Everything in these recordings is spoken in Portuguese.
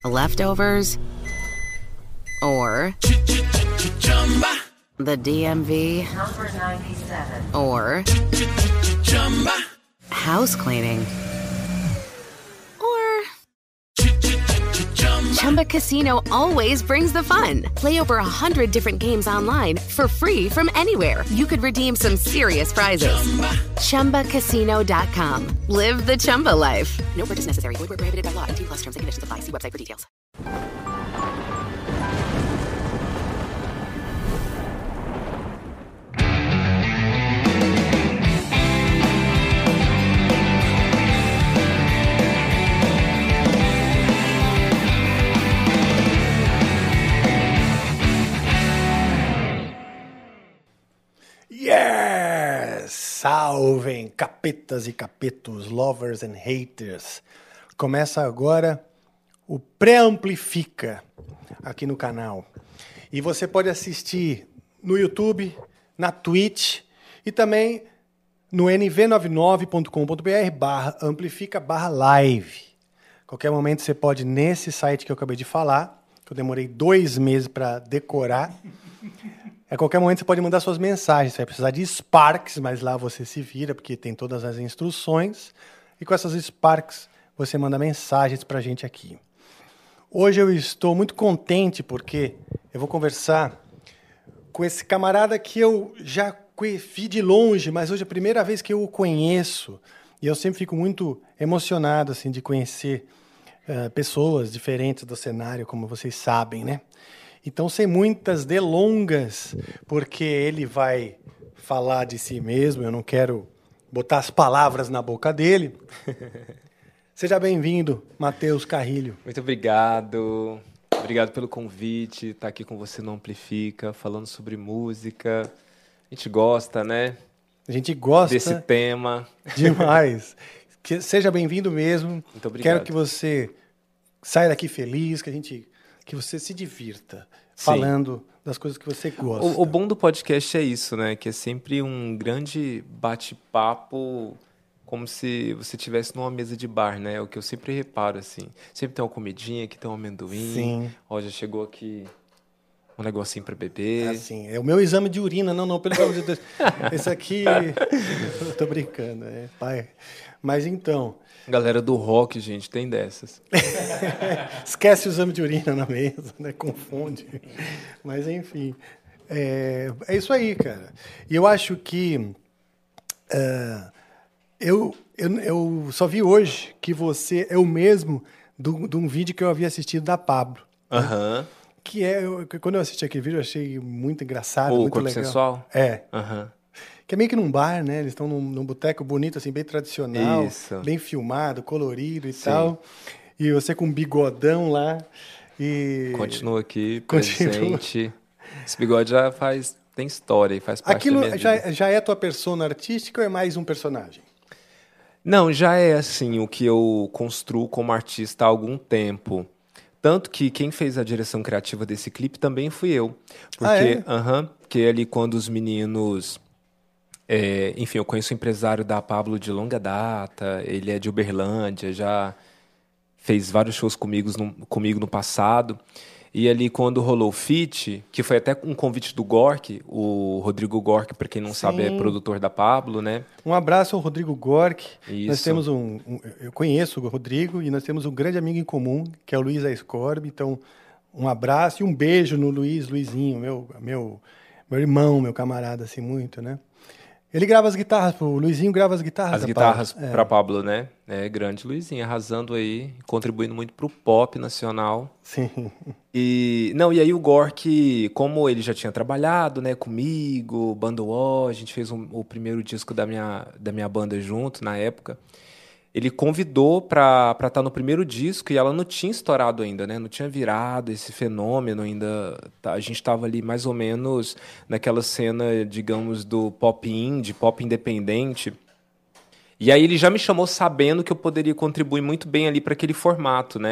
Leftovers, or the DMV, Number 97. or house cleaning, or Chumba Casino always brings the fun. Play over 100 different games online for free from anywhere. You could redeem some serious prizes. ChumbaCasino.com. Live the Chumba life. No purchase necessary. Void where prohibited by law. 18+ terms and conditions apply. See website for details. Yes! Salvem, capetas e capetos, lovers and haters. Começa agora o Pré-Amplifica aqui no canal. E você pode assistir no YouTube, na Twitch e também no nv99.com.br/amplifica/live. Qualquer momento você pode, nesse site que eu acabei de falar, que eu demorei 2 meses para decorar. A qualquer momento você pode mandar suas mensagens. Você vai precisar de Sparks, mas lá você se vira, porque tem todas as instruções. E com essas Sparks, você manda mensagens pra gente aqui. Hoje eu estou muito contente, porque eu vou conversar com esse camarada que eu já vi de longe, mas hoje é a primeira vez que eu o conheço. E eu sempre fico muito emocionado assim, de conhecer pessoas diferentes do cenário, como vocês sabem, né? Então, sem muitas delongas, porque ele vai falar de si mesmo, eu não quero botar as palavras na boca dele. Seja bem-vindo, Matheus Carrilho. Muito obrigado. Obrigado pelo convite, estar aqui com você no Amplifica, falando sobre música. A gente gosta, né? A gente gosta desse tema. Demais. Seja bem-vindo mesmo. Muito obrigado. Quero que você saia daqui feliz, que você se divirta falando das coisas que você gosta. O bom do podcast é isso, né? Que é sempre um grande bate-papo, como se você estivesse numa mesa de bar, né? É o que eu sempre reparo, assim. Sempre tem uma comidinha, que tem um amendoim. Sim. Ó, já chegou aqui um negocinho para beber. Assim, é o meu exame de urina. Não, pelo amor de Deus. Esse aqui, eu tô brincando, pai. Mas então... Galera do rock, gente, tem dessas. Esquece o exame de urina na mesa, né? Confunde. Mas, enfim, é isso aí, cara. E eu acho que eu só vi hoje que você é o mesmo de um vídeo que eu havia assistido da Pablo. Aham. Né? Quando eu assisti aquele vídeo, eu achei muito engraçado, O muito Corpo legal. Sensual? É. Aham. Que é meio que num bar, né? Eles estão num boteco bonito, assim, bem tradicional. Isso. Bem filmado, colorido e tal. E você com um bigodão lá. E... Continua aqui, presente. Esse bigode tem história e faz parte Aquilo da minha vida. já é tua persona artística ou é mais um personagem? Não, já é assim o que eu construo como artista há algum tempo. Tanto que quem fez a direção criativa desse clipe também fui eu. Porque, porque ali quando os meninos... enfim, eu conheço o empresário da Pablo de longa data, ele é de Uberlândia, já fez vários shows comigo no passado. E ali quando rolou o feat, que foi até um convite do Gork, o Rodrigo Gork, para quem não sabe, é produtor da Pablo, né? Um abraço ao Rodrigo Gork. Isso. Nós temos eu conheço o Rodrigo e nós temos um grande amigo em comum, que é o Luiz Aiscorb. Então, um abraço e um beijo no Luizinho, meu irmão, meu camarada, assim, muito, né? Ele grava as guitarras, o Luizinho grava as guitarras. As guitarras para Pablo, né? É grande Luizinho, arrasando aí, contribuindo muito pro pop nacional. Sim. E aí o Gork, como ele já tinha trabalhado, né, comigo, Banda O, a gente fez o primeiro disco da minha banda junto na época. Ele convidou para estar no primeiro disco e ela não tinha estourado ainda, né? Não tinha virado esse fenômeno ainda. A gente estava ali mais ou menos naquela cena, digamos, do pop indie, pop independente. E aí ele já me chamou sabendo que eu poderia contribuir muito bem ali para aquele formato, né?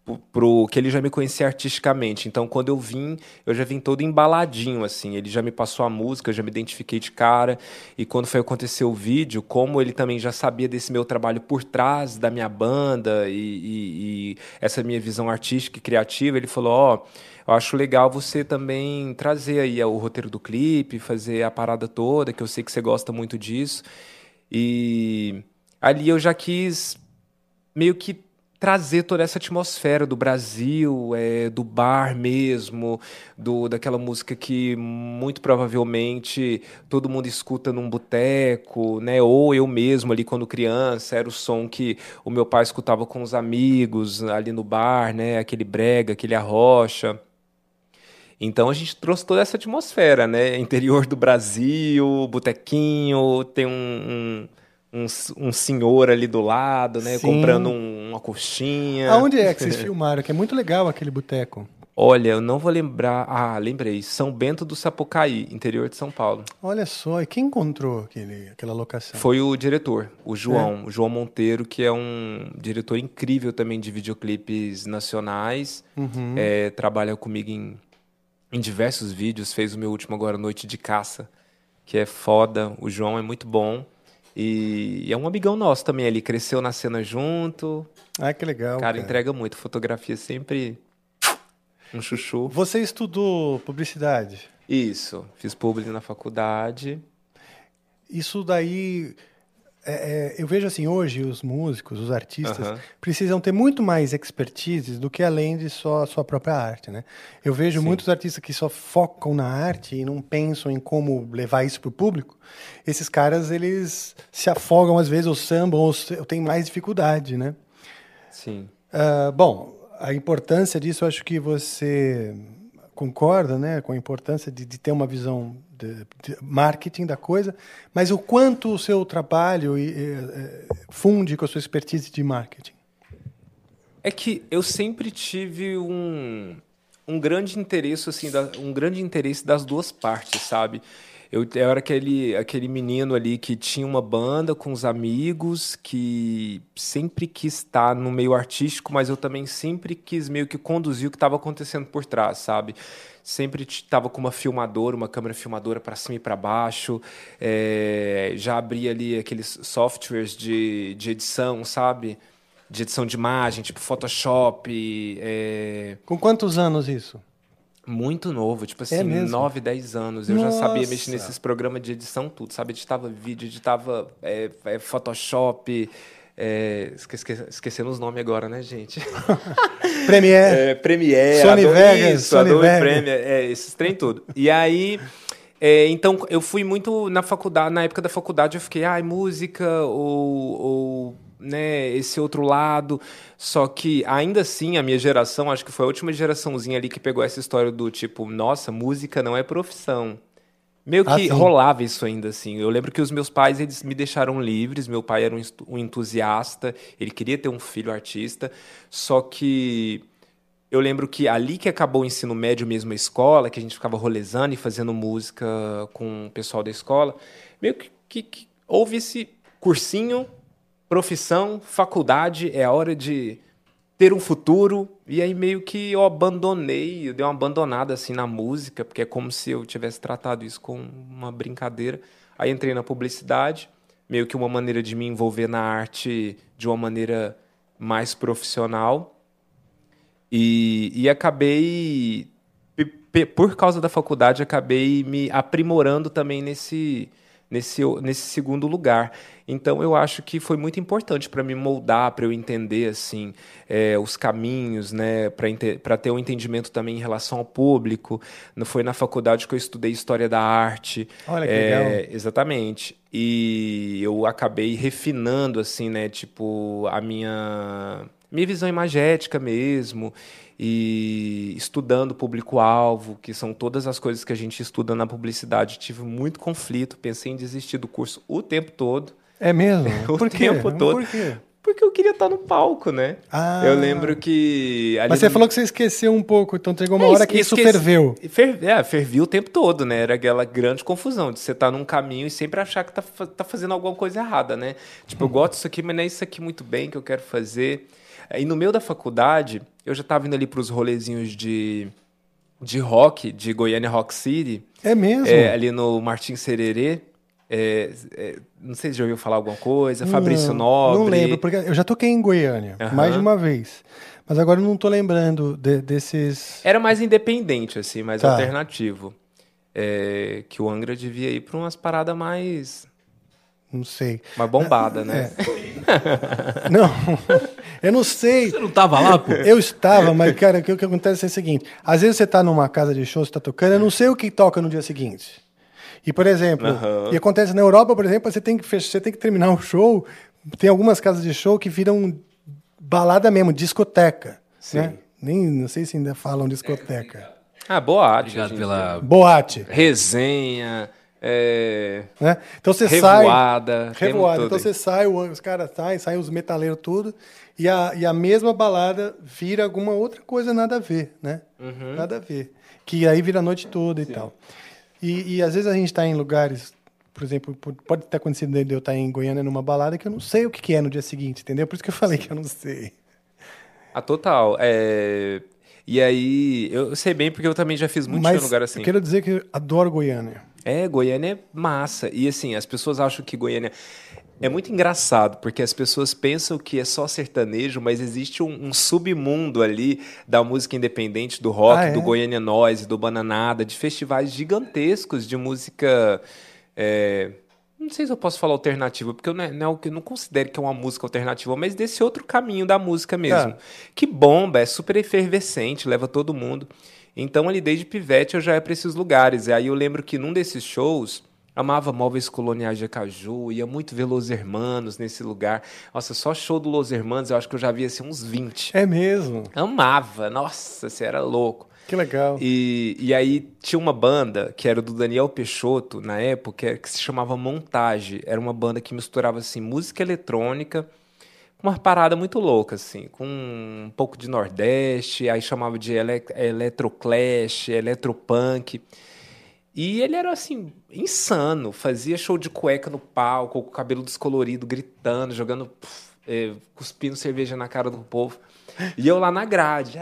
que ele já me conhecia artisticamente. Então, quando eu vim, eu já vim todo embaladinho, assim. Ele já me passou a música, eu já me identifiquei de cara. E quando foi acontecer o vídeo, como ele também já sabia desse meu trabalho por trás da minha banda e essa minha visão artística e criativa, ele falou, eu acho legal você também trazer aí o roteiro do clipe, fazer a parada toda, que eu sei que você gosta muito disso. E ali eu já quis meio que trazer toda essa atmosfera do Brasil, do bar mesmo, daquela música que muito provavelmente todo mundo escuta num boteco, né? Ou eu mesmo ali quando criança, era o som que o meu pai escutava com os amigos ali no bar, né? Aquele brega, aquele arrocha. Então a gente trouxe toda essa atmosfera, né? Interior do Brasil, botequinho, tem um senhor ali do lado, né? Sim. Comprando uma coxinha. Aonde é que vocês filmaram? Que é muito legal aquele boteco. Olha, eu não vou lembrar... lembrei. São Bento do Sapucaí, interior de São Paulo. Olha só, e quem encontrou aquela locação? Foi o diretor, o João Monteiro, que é um diretor incrível também de videoclipes nacionais. Uhum. Trabalha comigo em diversos vídeos. Fez o meu último agora, Noite de Caça, que é foda. O João é muito bom. E é um amigão nosso também, ele cresceu na cena junto. Ah, que legal. Cara, entrega muito. Fotografia sempre um chuchu. Você estudou publicidade? Isso, fiz publi na faculdade. Isso daí... eu vejo assim, hoje os músicos, os artistas, precisam ter muito mais expertise do que além de só a sua própria arte, né? Eu vejo muitos artistas que só focam na arte e não pensam em como levar isso para o público. Esses caras, eles se afogam às vezes, ou sambam, ou têm mais dificuldade, né? Sim. Bom, a importância disso, eu acho que você concorda, né, com a importância de ter uma visão de marketing da coisa, mas o quanto o seu trabalho funde com a sua expertise de marketing? É que eu sempre tive um grande interesse, assim, um grande interesse das duas partes, sabe? Eu era aquele menino ali que tinha uma banda com os amigos, que sempre quis estar no meio artístico, mas eu também sempre quis meio que conduzir o que estava acontecendo por trás, sabe? Sempre estava com uma câmera filmadora para cima e para baixo, já abria ali aqueles softwares de edição, sabe? De edição de imagem, tipo Photoshop. Com quantos anos isso? Muito novo, tipo assim, 9, 10 anos. Eu já sabia mexer nesses programas de edição, tudo, sabe? Editava vídeo, editava Photoshop, esquecendo os nomes agora, né, gente? Premiere, Sony Vegas, Adobe Premiere, esses trem tudo. E aí, então, eu fui muito na faculdade, na época da faculdade eu fiquei, música ou né, esse outro lado, só que ainda assim a minha geração, acho que foi a última geraçãozinha ali que pegou essa história do tipo, nossa, música não é profissão. Meio que rolava isso ainda, assim. Eu lembro que os meus pais, eles me deixaram livres, meu pai era um entusiasta, ele queria ter um filho artista, só que eu lembro que ali que acabou o ensino médio mesmo, a escola, que a gente ficava rolezando e fazendo música com o pessoal da escola, meio que houve esse cursinho, profissão, faculdade, é a hora de ter um futuro. E aí meio que eu dei uma abandonada assim na música, porque é como se eu tivesse tratado isso com uma brincadeira. Aí entrei na publicidade, meio que uma maneira de me envolver na arte de uma maneira mais profissional. E acabei, por causa da faculdade, acabei me aprimorando também nesse segundo lugar. Então, eu acho que foi muito importante para me moldar, para eu entender assim, os caminhos, né, para ter um entendimento também em relação ao público. Foi na faculdade que eu estudei História da Arte. Olha que legal. Exatamente. E eu acabei refinando assim, né, tipo, a minha visão imagética mesmo, e estudando público-alvo, que são todas as coisas que a gente estuda na publicidade. Tive muito conflito, pensei em desistir do curso o tempo todo. É mesmo? Por quê? Tempo todo. Por quê? Porque eu queria estar no palco, né? Eu lembro que... Mas você falou que você esqueceu um pouco, então chegou uma hora que isso ferveu. Ferveu o tempo todo, né? Era aquela grande confusão de você estar num caminho e sempre achar que tá fazendo alguma coisa errada, né? Tipo, eu gosto disso aqui, mas não é isso aqui muito bem que eu quero fazer. E no meio da faculdade, eu já tava indo ali pros rolezinhos de rock, de Goiânia Rock City. É mesmo? Ali no Martins Sererê. Não sei se já ouviu falar alguma coisa. Fabrício Nobre. Não lembro, porque eu já toquei em Goiânia, mais de uma vez. Mas agora eu não tô lembrando desses... Era mais independente, assim, mais alternativo. Que o Angra devia ir pra umas paradas mais... Não sei. Mais bombada, né? Não, eu não sei. Você não tava lá, pô? Eu estava, mas, cara, o que acontece é o seguinte. Às vezes você tá numa casa de show, você tá tocando, eu não sei o que toca no dia seguinte. E, por exemplo, e acontece na Europa, por exemplo, você tem que terminar o show, tem algumas casas de show que viram balada mesmo, discoteca. Sim. Né? Não sei se ainda falam discoteca. Boate. Obrigado pela... Boate. Resenha... Né? Então você revoada. sai... Revoada. Então você sai, os caras saem os metaleiros tudo, e a mesma balada vira alguma outra coisa nada a ver, né? Nada a ver. Que aí vira a noite toda e tal. E às vezes a gente está em lugares, por exemplo, pode ter acontecido de eu estar em Goiânia numa balada que eu não sei o que é no dia seguinte, entendeu? Por isso que eu falei que eu não sei. Total. E aí, eu sei bem porque eu também já fiz muito show em lugar assim. Eu quero dizer que eu adoro Goiânia. Goiânia é massa. E assim, as pessoas acham que Goiânia... É muito engraçado, porque as pessoas pensam que é só sertanejo, mas existe um submundo ali da música independente, do rock, do Goiânia Noise, do Bananada, de festivais gigantescos de música... Não sei se eu posso falar alternativa, porque eu não considero que é uma música alternativa, mas desse outro caminho da música mesmo. Que bomba, é super efervescente, leva todo mundo. Então, ali desde pivete, eu já ia para esses lugares. E aí eu lembro que num desses shows, amava Móveis Coloniais de Acaju, ia muito ver Los Hermanos nesse lugar. Nossa, só show do Los Hermanos, eu acho que eu já vi assim, uns 20. É mesmo? Amava, nossa, você era louco. Que legal. E aí tinha uma banda, que era do Daniel Peixoto, na época, que se chamava Montage. Era uma banda que misturava assim, música eletrônica, uma parada muito louca, assim, com um pouco de Nordeste, aí chamava de Electroclash, Electropunk. E ele era, assim, insano. Fazia show de cueca no palco, com o cabelo descolorido, gritando, jogando, cuspindo cerveja na cara do povo. E eu lá na grade.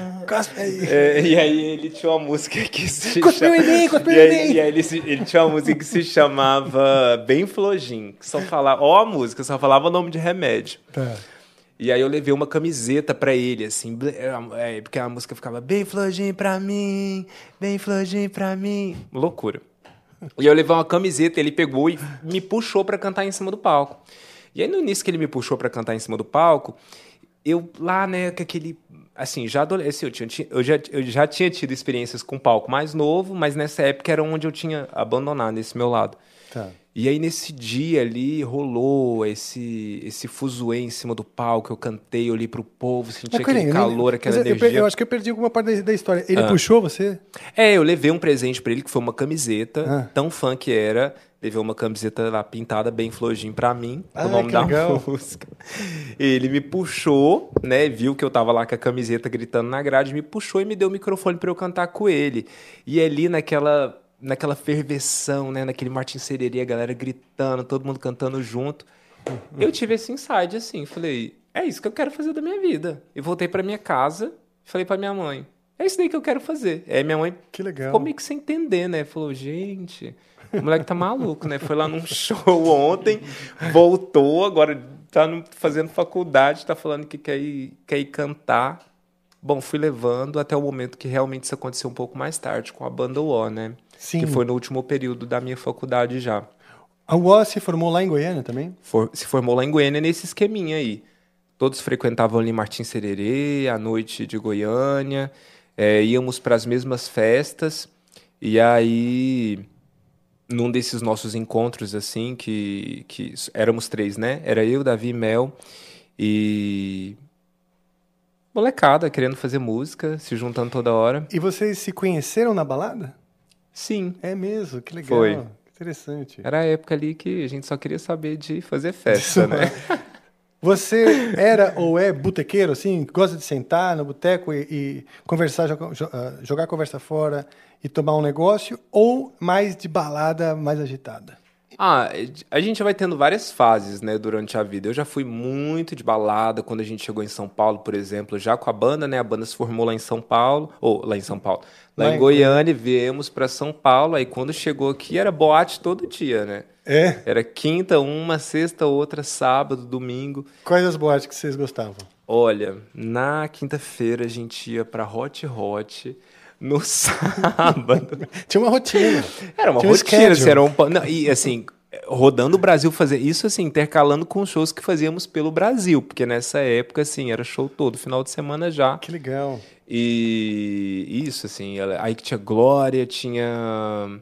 E aí ele tinha uma música que se Cuspiu em mim, cuspiu em mim. E aí ele tinha uma música que se chamava Bem Flojim, que só falava, a música, só falava o nome de remédio. E aí eu levei uma camiseta pra ele, assim, porque a música ficava bem flojim pra mim, bem flojim pra mim. Loucura. E eu levei uma camiseta, ele pegou e me puxou pra cantar em cima do palco. E aí no início que ele me puxou pra cantar em cima do palco, eu lá, né, com aquele... Assim, já adolescente, eu já tinha tido experiências com palco mais novo, mas nessa época era onde eu tinha abandonado, esse meu lado. E aí, nesse dia ali, rolou esse fuzuê em cima do palco, eu cantei, eu olhei pro povo, senti aquele calor, aquela energia. Eu acho que eu perdi alguma parte da história. Ele puxou você? Eu levei um presente pra ele, que foi uma camiseta, tão fã que era. Levei uma camiseta lá pintada, bem flojinho pra mim, o nome da música. Ele me puxou, né, viu que eu tava lá com a camiseta gritando na grade, me puxou e me deu o microfone pra eu cantar com ele. E ali naquela ferveção, né, naquele Martins Sererê, a galera gritando, todo mundo cantando junto. Eu tive esse insight, assim, falei, é isso que eu quero fazer da minha vida. E voltei pra minha casa, falei pra minha mãe, é isso daí que eu quero fazer. Aí minha mãe ficou meio que sem entender, né, falou, gente, o moleque tá maluco, né, foi lá num show ontem, voltou, agora tá fazendo faculdade, tá falando que quer ir cantar. Bom, fui levando até o momento que realmente isso aconteceu um pouco mais tarde, com a banda UO, né? Sim. Que foi no último período da minha faculdade já. A UO se formou lá em Goiânia também? Se formou lá em Goiânia nesse esqueminha aí. Todos frequentavam ali Martins Sererê, a noite de Goiânia, íamos para as mesmas festas, e aí, num desses nossos encontros, assim, que éramos 3, né? Era eu, Davi e Mel, e... molecada, querendo fazer música, se juntando toda hora. E vocês se conheceram na balada? Sim. É mesmo? Que legal. Foi. Que interessante. Era a época ali que a gente só queria saber de fazer festa, né? Você era ou é botequeiro, assim? Gosta de sentar no boteco e conversar, jogar a conversa fora e tomar um negócio? Ou mais de balada, mais agitada? A gente vai tendo várias fases, né, durante a vida. Eu já fui muito de balada quando a gente chegou em São Paulo, por exemplo, já com a banda, né? A banda se formou lá em São Paulo, lá em Goiânia, viemos para São Paulo. Aí quando chegou aqui era boate todo dia, né? Era quinta uma, sexta outra, sábado, domingo. Quais as boates que vocês gostavam? Olha, na quinta-feira a gente ia pra Hot Hot. No sábado. Tinha uma rotina. Era uma rotina. Assim, não, e assim, rodando o Brasil, fazer isso assim, intercalando com shows que fazíamos pelo Brasil. Porque nessa época, assim, era show todo, final de semana já. Que legal. E isso, assim, aí que tinha Glória, tinha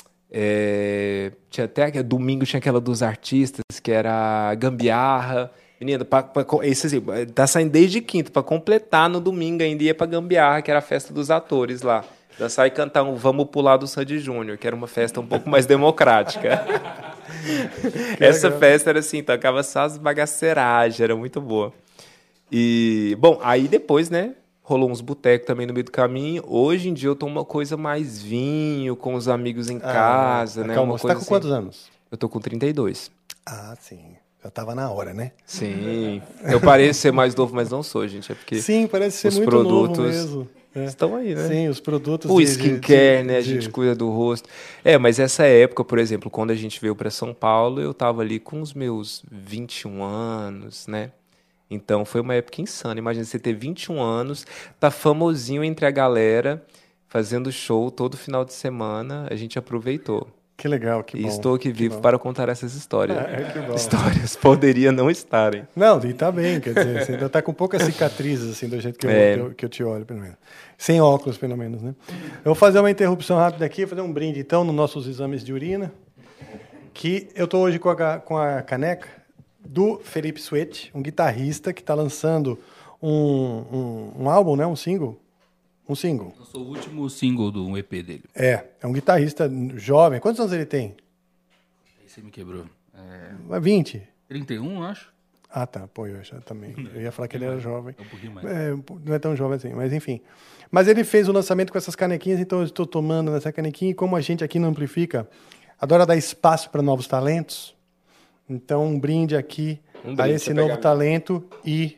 até domingo tinha aquela dos artistas, que era Gambiarra. Menina, isso assim, tá saindo desde quinta, pra completar no domingo ainda ia pra Gambiarra, que era a festa dos atores lá. Dançar e cantar um Vamos Pular do Sandy Júnior, que era uma festa um pouco mais democrática. Essa festa era assim, tocava só as bagaceiragens, era muito boa. E, bom, aí depois, né, rolou uns botecos também no meio do caminho. Hoje em dia eu tomo uma coisa mais vinho, com os amigos em casa, né? Calma, uma você coisa tá com quantos anos? Eu tô com 32. Ah, sim. Já tava na hora, né? Sim. Eu pareço ser mais novo, mas não sou, gente. É porque sim, parece ser os muito produtos novo mesmo. estão aí, né? Sim, os produtos o skincare, né? A gente cuida do rosto. Mas essa época, por exemplo, quando a gente veio para São Paulo, eu tava ali com os meus 21 anos, né? Então foi uma época insana. Imagina você ter 21 anos, tá famosinho entre a galera, fazendo show todo final de semana. A gente aproveitou. Que legal, que bom. E estou aqui vivo para contar essas histórias. Que bom. Histórias poderiam não estarem. Não, e tá bem, quer dizer, você ainda tá com poucas cicatrizes, assim, do jeito que eu te olho, pelo menos. Sem óculos, pelo menos, né? Eu vou fazer uma interrupção rápida aqui, fazer um brinde, então, nos nossos exames de urina, que eu tô hoje com a caneca do Felipe Sweat, um guitarrista que está lançando um álbum, né? Um single. Eu sou o último single do EP dele. É um guitarrista jovem. Quantos anos ele tem? Aí você me quebrou. 20? 31, acho. Ah, tá. Pô, eu já também. Eu ia falar que ele era jovem. Um pouquinho mais. Não é tão jovem assim, mas enfim. Mas ele fez o lançamento com essas canequinhas, então eu estou tomando nessa canequinha. E como a gente aqui no Amplifica adora dar espaço para novos talentos, então um brinde aqui a esse novo talento e...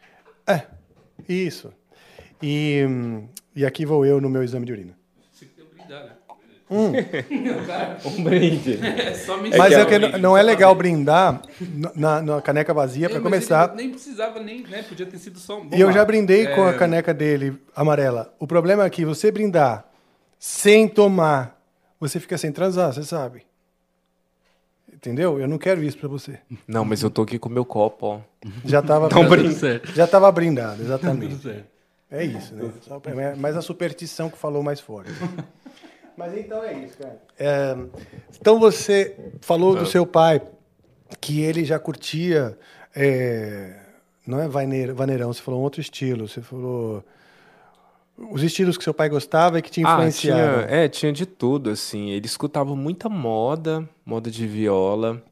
isso. E aqui vou eu no meu exame de urina. Você tem que brindar, né? Um brinde. Mas não é legal brindar na caneca vazia para começar. Nem precisava, né? Podia ter sido só um... E eu já brindei com a caneca dele amarela. O problema é que você brindar sem tomar, você fica sem transar, você sabe. Entendeu? Eu não quero isso para você. Não, mas eu tô aqui com o meu copo, ó. Já tava já tava brindado, exatamente. É isso, né? É mais a superstição que falou mais forte. Mas então é isso, cara. Então você falou do seu pai, que ele já curtia, não é vaneirão, você falou um outro estilo, você falou os estilos que seu pai gostava e que te influenciaram. Tinha de tudo, assim. Ele escutava muita moda de viola,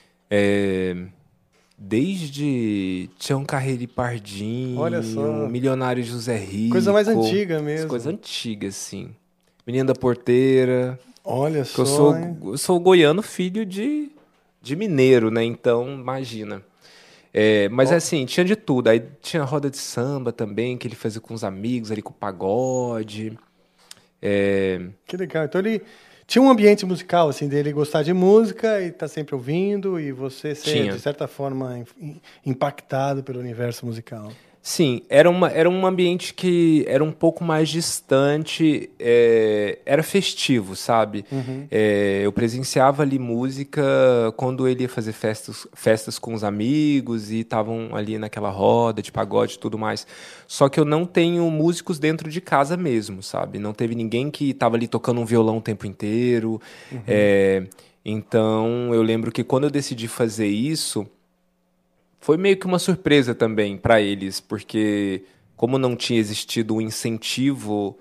desde Tião Carreiro e Pardinho, olha só, Milionário José Rico. Coisa mais antiga mesmo. Coisa antiga, assim. Menina da Porteira. Olha só. Eu sou goiano, filho de mineiro, né? Então, imagina. Mas assim, tinha de tudo. Aí tinha roda de samba também, que ele fazia com os amigos, ali com o pagode. Que legal. Então ele tinha um ambiente musical, assim, dele gostar de música e tá sempre ouvindo, e você ser, de certa forma, impactado pelo universo musical. Sim, era um ambiente que era um pouco mais distante, era festivo, sabe? Uhum. Eu presenciava ali música quando ele ia fazer festas com os amigos e estavam ali naquela roda de pagode e tudo mais. Só que eu não tenho músicos dentro de casa mesmo, sabe? Não teve ninguém que estava ali tocando um violão o tempo inteiro. Uhum. Então, eu lembro que quando eu decidi fazer isso, foi meio que uma surpresa também para eles, porque como não tinha existido um incentivo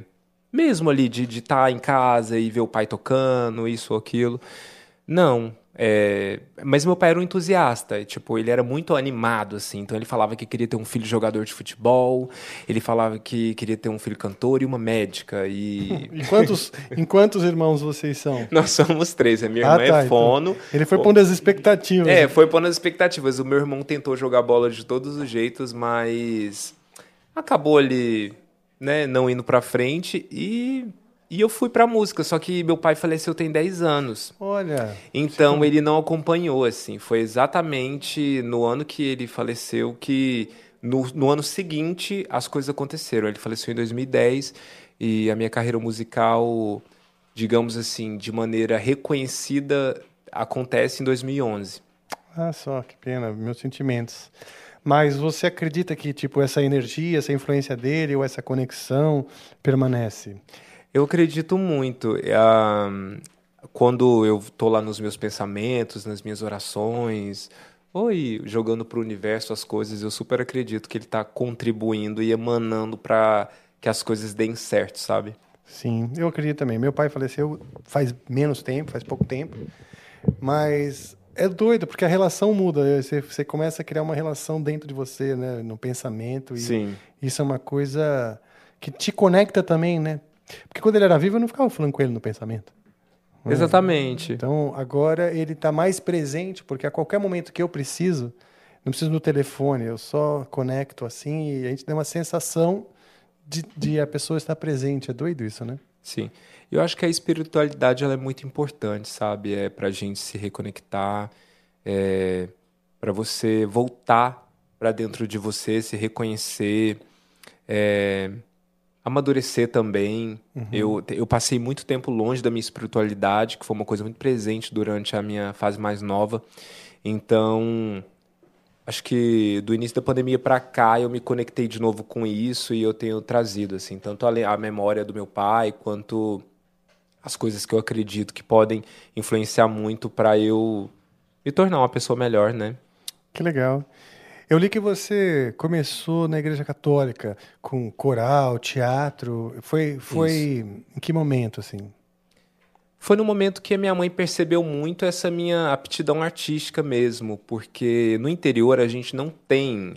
mesmo ali de estar em casa e ver o pai tocando, isso ou aquilo, não. Mas meu pai era um entusiasta, tipo, ele era muito animado, assim. Então ele falava que queria ter um filho jogador de futebol, ele falava que queria ter um filho cantor e uma médica. Em quantos irmãos vocês são? Nós somos 3, a minha irmã é fono. Então, ele foi pondo as expectativas. Foi pondo as expectativas. O meu irmão tentou jogar bola de todos os jeitos, mas acabou ali, né, não indo pra frente e eu fui pra música, só que meu pai faleceu tem 10 anos. Olha. Então ele não acompanhou, assim. Foi exatamente no ano que ele faleceu que no ano seguinte as coisas aconteceram. Ele faleceu em 2010 e a minha carreira musical, digamos assim, de maneira reconhecida, acontece em 2011. Ah, só, que pena, meus sentimentos. Mas você acredita que, tipo, essa energia, essa influência dele ou essa conexão permanece? Eu acredito muito. Quando eu estou lá nos meus pensamentos, nas minhas orações, jogando para o universo as coisas, eu super acredito que ele está contribuindo e emanando para que as coisas deem certo, sabe? Sim, eu acredito também. Meu pai faleceu faz menos tempo, faz pouco tempo, mas é doido, porque a relação muda. Você começa a criar uma relação dentro de você, né, no pensamento. E sim. Isso é uma coisa que te conecta também, né? Porque quando ele era vivo, eu não ficava falando com ele no pensamento. Exatamente. Então, agora ele está mais presente, porque a qualquer momento que eu preciso, não preciso do telefone, eu só conecto assim e a gente tem uma sensação de a pessoa estar presente. É doido isso, né? Sim. Eu acho que a espiritualidade ela é muito importante, sabe? É para a gente se reconectar, para você voltar para dentro de você, se reconhecer, amadurecer também. Uhum. Eu passei muito tempo longe da minha espiritualidade, que foi uma coisa muito presente durante a minha fase mais nova. Então, acho que do início da pandemia para cá eu me conectei de novo com isso e eu tenho trazido, assim, tanto a memória do meu pai quanto as coisas que eu acredito que podem influenciar muito para eu me tornar uma pessoa melhor, né? Que legal. Eu li que você começou na Igreja Católica com coral, teatro. Foi em que momento, assim? Foi no momento que a minha mãe percebeu muito essa minha aptidão artística mesmo, porque no interior a gente não tem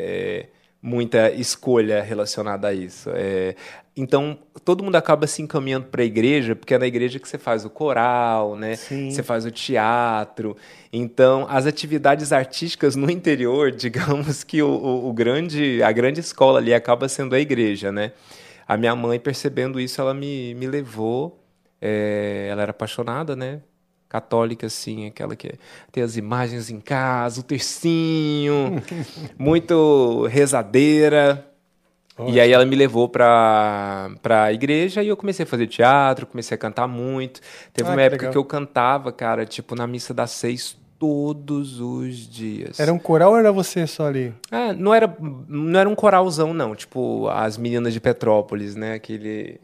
muita escolha relacionada a isso. Então, todo mundo acaba se encaminhando para a igreja, porque é na igreja que você faz o coral, né? Sim. Você faz o teatro. Então, as atividades artísticas no interior, digamos que a grande escola ali acaba sendo a igreja, né? A minha mãe, percebendo isso, ela me levou. Ela era apaixonada, né? Católica, assim, aquela que tem as imagens em casa, o tercinho, muito rezadeira. E aí ela me levou pra igreja e eu comecei a fazer teatro, comecei a cantar muito. Teve uma época que eu cantava, cara, tipo, na missa das 6 todos os dias. Era um coral ou era você só ali? Não era um coralzão, não. Tipo, as meninas de Petrópolis, né? Aquele...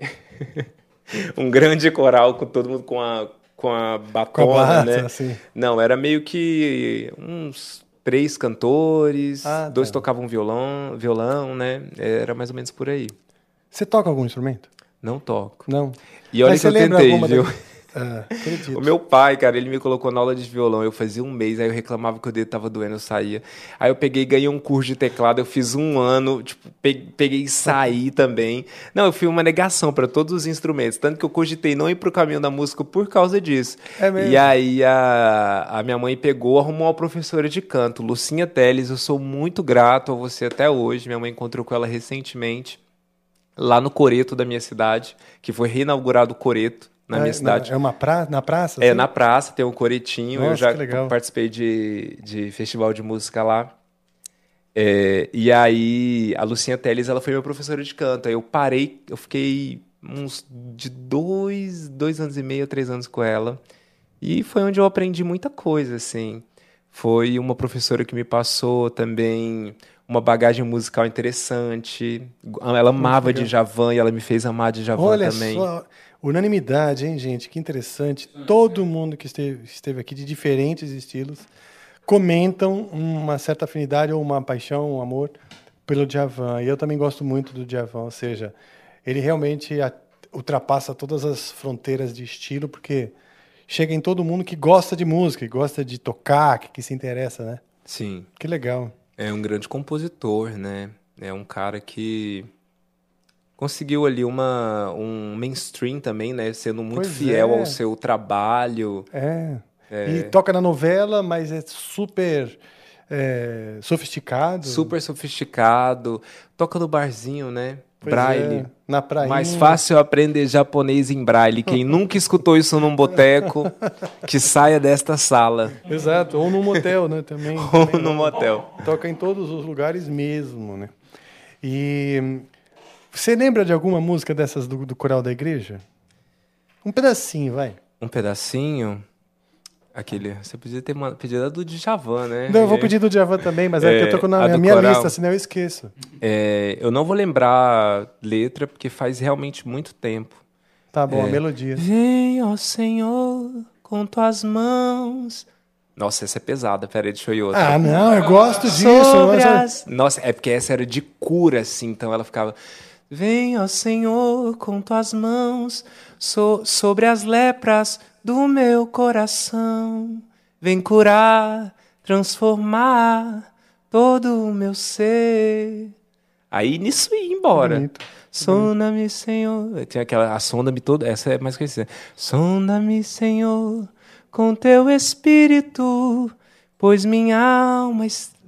um grande coral com todo mundo com a batona, né? Assim. Não, era meio que uns 3 cantores, 2 tocavam violão, né? Era mais ou menos por aí. Você toca algum instrumento? Não toco. Não. E olha mas que eu tentei, viu? Acredito. O meu pai, cara, ele me colocou na aula de violão. Eu fazia um mês, aí eu reclamava que o dedo tava doendo, eu saía. Aí eu peguei e ganhei um curso de teclado, eu fiz 1 ano, tipo, peguei e saí também. Não, eu fui uma negação para todos os instrumentos, tanto que eu cogitei não ir pro caminho da música por causa disso. É mesmo? E aí a minha mãe arrumou uma professora de canto, Lucinha Teles. Eu sou muito grato a você até hoje. Minha mãe encontrou com ela recentemente, lá no Coreto da minha cidade, que foi reinaugurado o Coreto na minha cidade. Na praça? Assim? Na praça, tem um coretinho. Nossa, eu já que legal. participei de festival de música lá. E aí, a Lucinha Teles, ela foi minha professora de canto. Aí eu parei, eu fiquei uns de 2 anos e meio, 3 anos com ela. E foi onde eu aprendi muita coisa, assim. Foi uma professora que me passou também uma bagagem musical interessante. Ela amava Djavan e ela me fez amar Djavan também. Olha só, unanimidade, hein, gente? Que interessante. Todo mundo que esteve aqui de diferentes estilos comentam uma certa afinidade ou uma paixão, um amor pelo Djavan. E eu também gosto muito do Djavan, ou seja, ele realmente ultrapassa todas as fronteiras de estilo, porque chega em todo mundo que gosta de música, que gosta de tocar, que se interessa, né? Sim. Que legal. É um grande compositor, né? É um cara que conseguiu ali um mainstream também, né? Sendo muito fiel ao seu trabalho. E toca na novela, mas é super sofisticado. Super sofisticado. Toca no barzinho, né? Pois Braille. Na prainha. Mais fácil aprender japonês em braille. Quem nunca escutou isso num boteco, que saia desta sala. Exato, ou num motel, né? Também. Ou num motel. Toca em todos os lugares mesmo, né? E você lembra de alguma música dessas do coral da igreja? Um pedacinho, vai. Um pedacinho? Aquele. Você podia ter pedido a do Djavan, né? Não, eu vou pedir do Djavan também, mas é que eu tô com na minha coral. lista, senão eu esqueço. Eu não vou lembrar letra, porque faz realmente muito tempo. Tá bom, a melodia. Vem, ó Senhor, com tuas mãos. Nossa, essa é pesada, peraí, deixa eu ir outra. Ah, não, eu gosto disso. Nossa, é porque essa era de cura, assim, então ela ficava... Vem, ó Senhor, com tuas mãos, sobre as lepras do meu coração. Vem curar, transformar todo o meu ser. Aí nisso ia embora. Bonito. Sonda-me, Senhor. Tinha aquela, sonda-me toda, essa é mais conhecida. Sonda-me, Senhor, com teu espírito, pois minha alma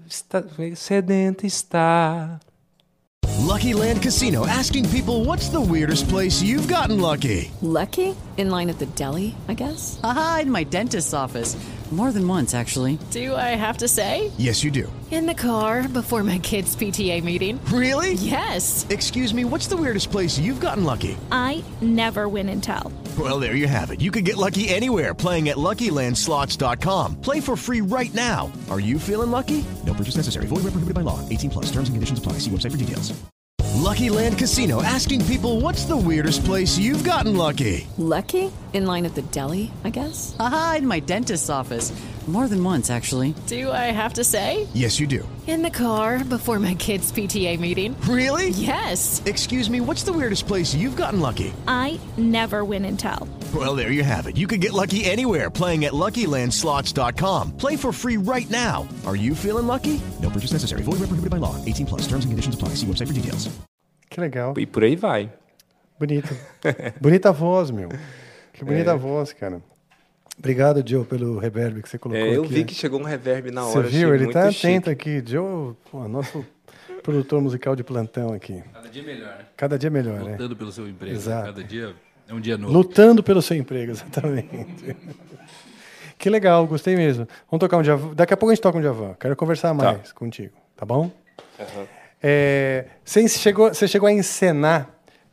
sedenta está. Lucky Land Casino, asking people, what's the weirdest place you've gotten lucky? Lucky? In line at the deli, I guess? Aha, in my dentist's office. More than once, actually. Do I have to say? Yes, you do. In the car before my kids' PTA meeting. Really? Yes. Excuse me, what's the weirdest place you've gotten lucky? I never win and tell. Well, there you have it. You can get lucky anywhere, playing at LuckyLandSlots.com. Play for free right now. Are you feeling lucky? No purchase necessary. Void where prohibited by law. 18+. Terms and conditions apply. See website for details. Lucky Land Casino, asking people, what's the weirdest place you've gotten lucky? Lucky? In line at the deli, I guess? Aha, in my dentist's office. More than once, actually. Do I have to say? Yes, you do. In the car before my kids' PTA meeting. Really? Yes. Excuse me, what's the weirdest place you've gotten lucky? I never win and tell. Well, there you have it. You can get lucky anywhere, playing at LuckyLandSlots.com. Play for free right now. Are you feeling lucky? No purchase necessary. Void where prohibited by law. 18+. Terms and conditions apply. See website for details. Que legal. E por aí vai. Bonito. Bonita voz, meu. Que bonita voz, cara. Obrigado, Joe, pelo reverb que você colocou aqui. Eu vi que chegou um reverb na hora. Você viu? Ele tá chique. atento aqui. Joe, nosso produtor musical de plantão aqui. Cada dia melhor, né? Cada dia melhor, né? Lutando pelo seu emprego. Exato. Cada dia é um dia novo. Lutando pelo seu emprego, exatamente. Que legal, gostei mesmo. Vamos tocar um Djavan. Daqui a pouco a gente toca um Djavan. Quero conversar mais contigo, tá bom? Uhum. Você chegou a encenar.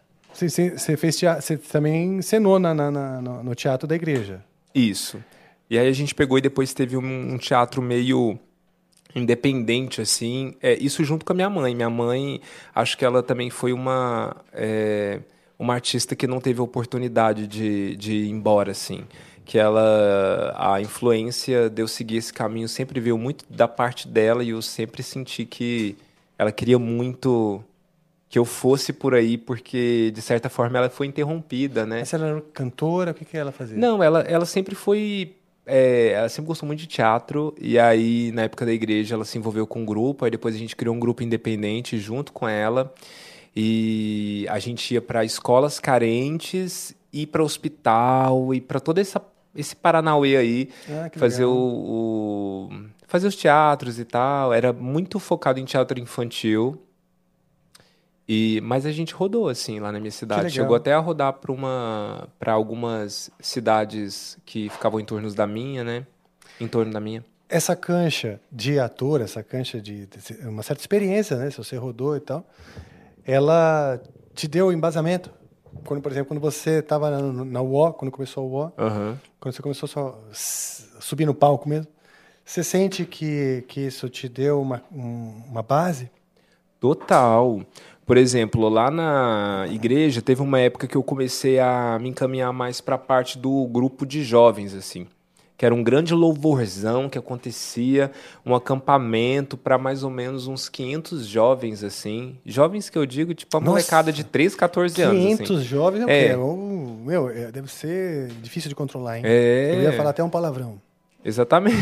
Você também encenou no teatro da igreja. Isso. E aí a gente pegou e depois teve um teatro meio independente, assim. Isso junto com a minha mãe. Minha mãe, acho que ela também foi uma artista que não teve oportunidade de ir embora, assim. Que a influência de eu seguir esse caminho sempre veio muito da parte dela e eu sempre senti que ela queria muito que eu fosse por aí, porque, de certa forma, ela foi interrompida, né? Mas ela era cantora? O que ela fazia? Não, ela sempre foi... ela sempre gostou muito de teatro, e aí, na época da igreja, ela se envolveu com um grupo, aí depois a gente criou um grupo independente junto com ela, e a gente ia para escolas carentes, e para hospital, e para todo esse Paranauê aí, fazer fazer os teatros e tal. Era muito focado em teatro infantil. Mas a gente rodou, assim, lá na minha cidade. Chegou até a rodar para algumas cidades que ficavam em torno da minha, né? Em torno da minha. Essa cancha de ator, essa cancha de uma certa experiência, né? Se você rodou e tal, ela te deu embasamento? Quando, por exemplo, quando você estava na UO, quando começou a UO, quando você começou a subir no palco mesmo, você sente que isso te deu uma base? Total. Por exemplo, lá na igreja, teve uma época que eu comecei a me encaminhar mais para a parte do grupo de jovens, assim. que era um grande louvorzão que acontecia, um acampamento para mais ou menos uns 500 jovens, assim. Jovens que eu digo, tipo a molecada de 13, 14 anos. 500 assim. jovens é o quê? Deve ser difícil de controlar, hein? É. Eu ia falar até um palavrão. Exatamente.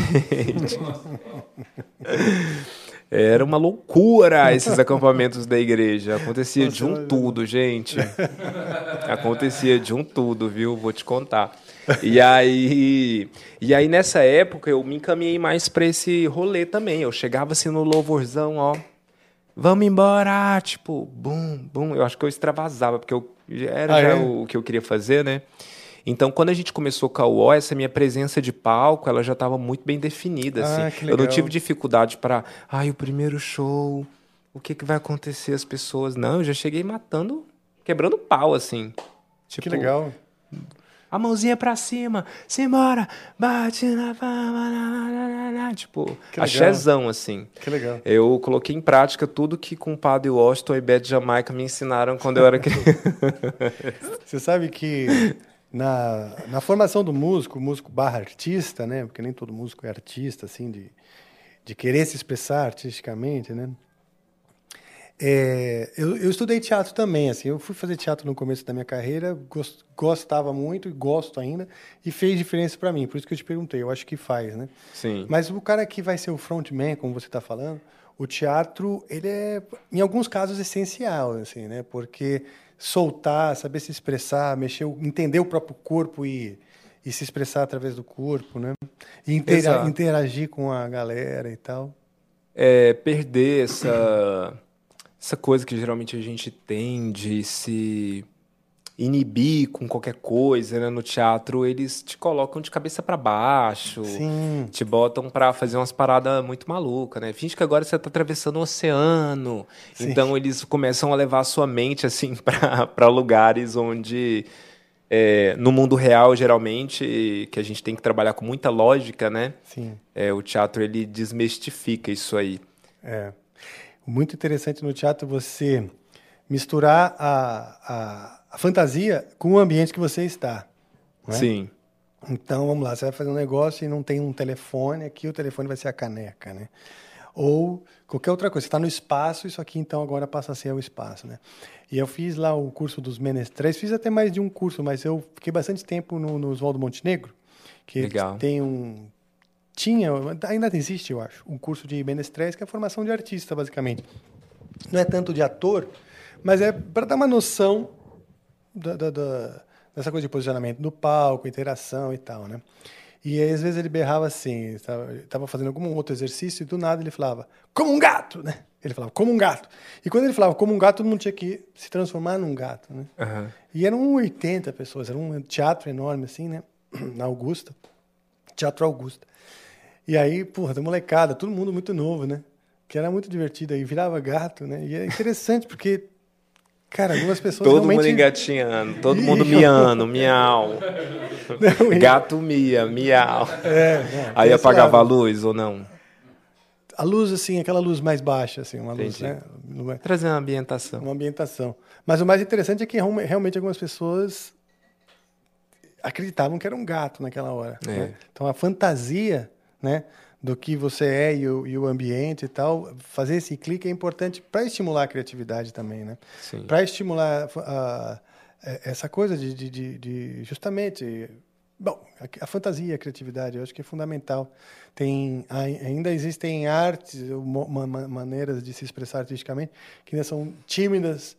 Era uma loucura esses acampamentos da igreja. Acontecia de um tudo, gente. Acontecia de um tudo, viu? Vou te contar. E aí nessa época, eu me encaminhei mais para esse rolê também. Eu chegava assim no louvorzão, ó. Vamos embora, tipo, bum, bum. Eu acho que eu extravasava, porque era o que eu queria fazer, né? Então, quando a gente começou com a UO, essa minha presença de palco, ela já estava muito bem definida, assim. Eu não tive dificuldade para, o primeiro show, o que vai acontecer, as pessoas... Não, eu já cheguei matando, quebrando pau, assim. Tipo, que legal. A mãozinha pra cima, simbora, bate na fama, tipo, axézão, assim. Que legal. Eu coloquei em prática tudo que com o Padre Washington e Beth Jamaica me ensinaram quando eu era criança. Você sabe que... Na formação do músico barra artista, né? Porque nem todo músico é artista, assim, de querer se expressar artisticamente, né? Eu estudei teatro também, assim. Eu fui fazer teatro no começo da minha carreira, gostava muito e gosto ainda, e fez diferença para mim. Por isso que eu te perguntei. Eu acho que faz, né? Sim. Mas o cara que vai ser o frontman, como você está falando, o teatro, ele é, em alguns casos, essencial, assim, né? Porque soltar, saber se expressar, entender o próprio corpo e se expressar através do corpo, né? E interagir com a galera e tal. Perder essa coisa que geralmente a gente tem de se inibir com qualquer coisa, né? No teatro, eles te colocam de cabeça para baixo. Sim. Te botam para fazer umas paradas muito malucas, né? Finge que agora você tá atravessando o oceano. Sim. Então, eles começam a levar a sua mente, assim, para lugares onde... no mundo real, geralmente, que a gente tem que trabalhar com muita lógica, né? Sim. O teatro, ele desmistifica isso aí. Muito interessante no teatro você misturar a fantasia com o ambiente que você está. Né? Sim. Então, vamos lá, você vai fazer um negócio e não tem um telefone, aqui o telefone vai ser a caneca, né? Ou qualquer outra coisa. Você está no espaço, isso aqui, então, agora passa a ser o espaço, né? E eu fiz lá o curso dos Menestréis, fiz até mais de um curso, mas eu fiquei bastante tempo no Oswaldo Montenegro, que legal. Tem ainda existe, eu acho, um curso de Menestréis, que é a formação de artista, basicamente. Não é tanto de ator, mas é para dar uma noção dessa coisa de posicionamento no palco, interação e tal, né? E aí, às vezes ele berrava assim, estava fazendo algum outro exercício e do nada ele falava, como um gato, né? Ele falava, como um gato. E quando ele falava como um gato, todo mundo tinha que se transformar num gato, né? Uhum. E eram 80 pessoas, era um teatro enorme assim, né? Na Augusta, Teatro Augusta. E aí, porra, da molecada, todo mundo muito novo, né? Que era muito divertido, aí virava gato, né? E é interessante porque... Cara, algumas pessoas todo realmente... mundo engatinhando, todo mundo miando, miau. Não, gato mia, miau. Aí apagava a luz ou não? A luz, assim, aquela luz mais baixa, assim, uma luz, né? Trazer uma ambientação. Uma ambientação. Mas o mais interessante é que realmente algumas pessoas acreditavam que era um gato naquela hora. Né? Então a fantasia, né, do que você é e o ambiente e tal, fazer esse clique é importante para estimular a criatividade também, né? Para estimular essa coisa de justamente... Bom, a fantasia, a criatividade, eu acho que é fundamental. Ainda existem artes, maneiras de se expressar artisticamente que ainda são tímidas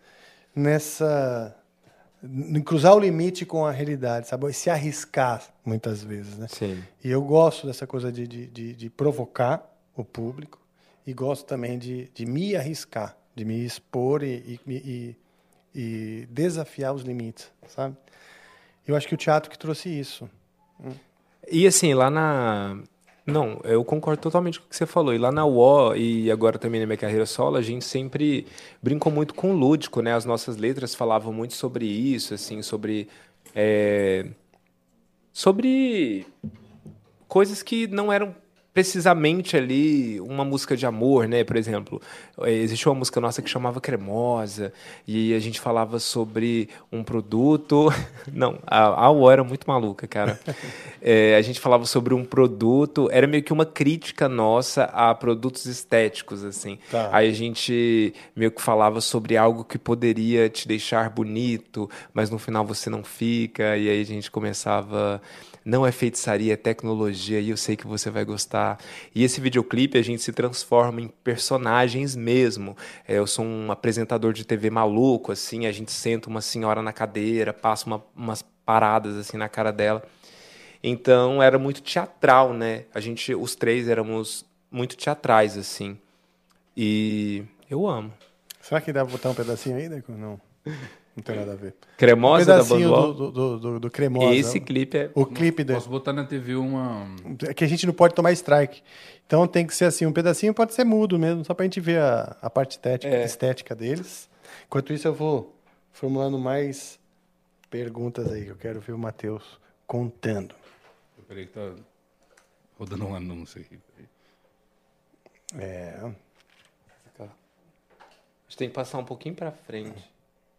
em cruzar o limite com a realidade, sabe? Se arriscar, muitas vezes, né? Sim. E eu gosto dessa coisa de provocar o público e gosto também de me arriscar, de me expor e desafiar os limites, sabe? Eu acho que o teatro que trouxe isso. E assim, lá na... Não, eu concordo totalmente com o que você falou. E lá na UO, e agora também na minha carreira solo, a gente sempre brincou muito com o lúdico, né? As nossas letras falavam muito sobre isso, assim, sobre coisas que não eram precisamente ali uma música de amor, né? Por exemplo, existiu uma música nossa que chamava Cremosa, e a gente falava sobre um produto... Não, a UO era muito maluca, cara. A gente falava sobre um produto, era meio que uma crítica nossa a produtos estéticos, assim. Tá. Aí a gente meio que falava sobre algo que poderia te deixar bonito, mas no final você não fica, e aí a gente começava... Não é feitiçaria, é tecnologia, e eu sei que você vai gostar. E esse videoclipe a gente se transforma em personagens mesmo. Eu sou um apresentador de TV maluco, assim, a gente senta uma senhora na cadeira, passa umas paradas assim na cara dela. Então era muito teatral, né? Os três éramos muito teatrais, assim. E eu amo. Será que dá pra botar um pedacinho aí, Deco? Não. Não tem nada a ver. Cremosa um da Banduol? do Cremosa. Esse clipe é... O clipe dele. Posso botar na TV uma... É que a gente não pode tomar strike. Então tem que ser assim, um pedacinho pode ser mudo mesmo, só pra gente ver a parte estética deles. Enquanto isso eu vou formulando mais perguntas aí, que eu quero ver o Matheus contando. Peraí que tá rodando um anúncio aqui. A gente tem que passar um pouquinho pra frente.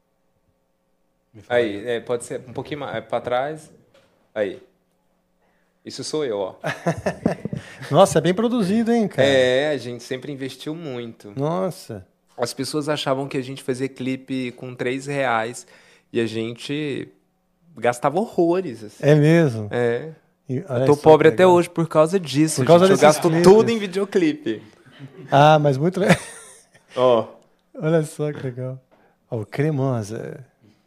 Aí, pode ser um pouquinho mais para trás. Aí. Isso sou eu, ó. Nossa, é bem produzido, hein, cara? A gente sempre investiu muito. Nossa. As pessoas achavam que a gente fazia clipe com R$3 e a gente gastava horrores. Assim. É mesmo? Eu tô pobre até hoje por causa disso. Por causa eu gasto clipes. tudo em videoclipe. Mas muito legal. Ó. Olha só que legal. O Cremosa.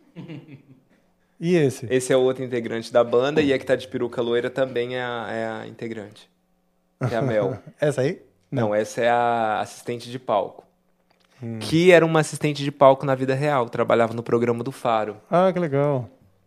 E esse? Esse é o outro integrante da banda e a que tá de peruca loira também é a integrante. É a Mel. Essa aí? Não, essa é a assistente de palco. Que era uma assistente de palco na vida real. Trabalhava no programa do Faro. Que legal.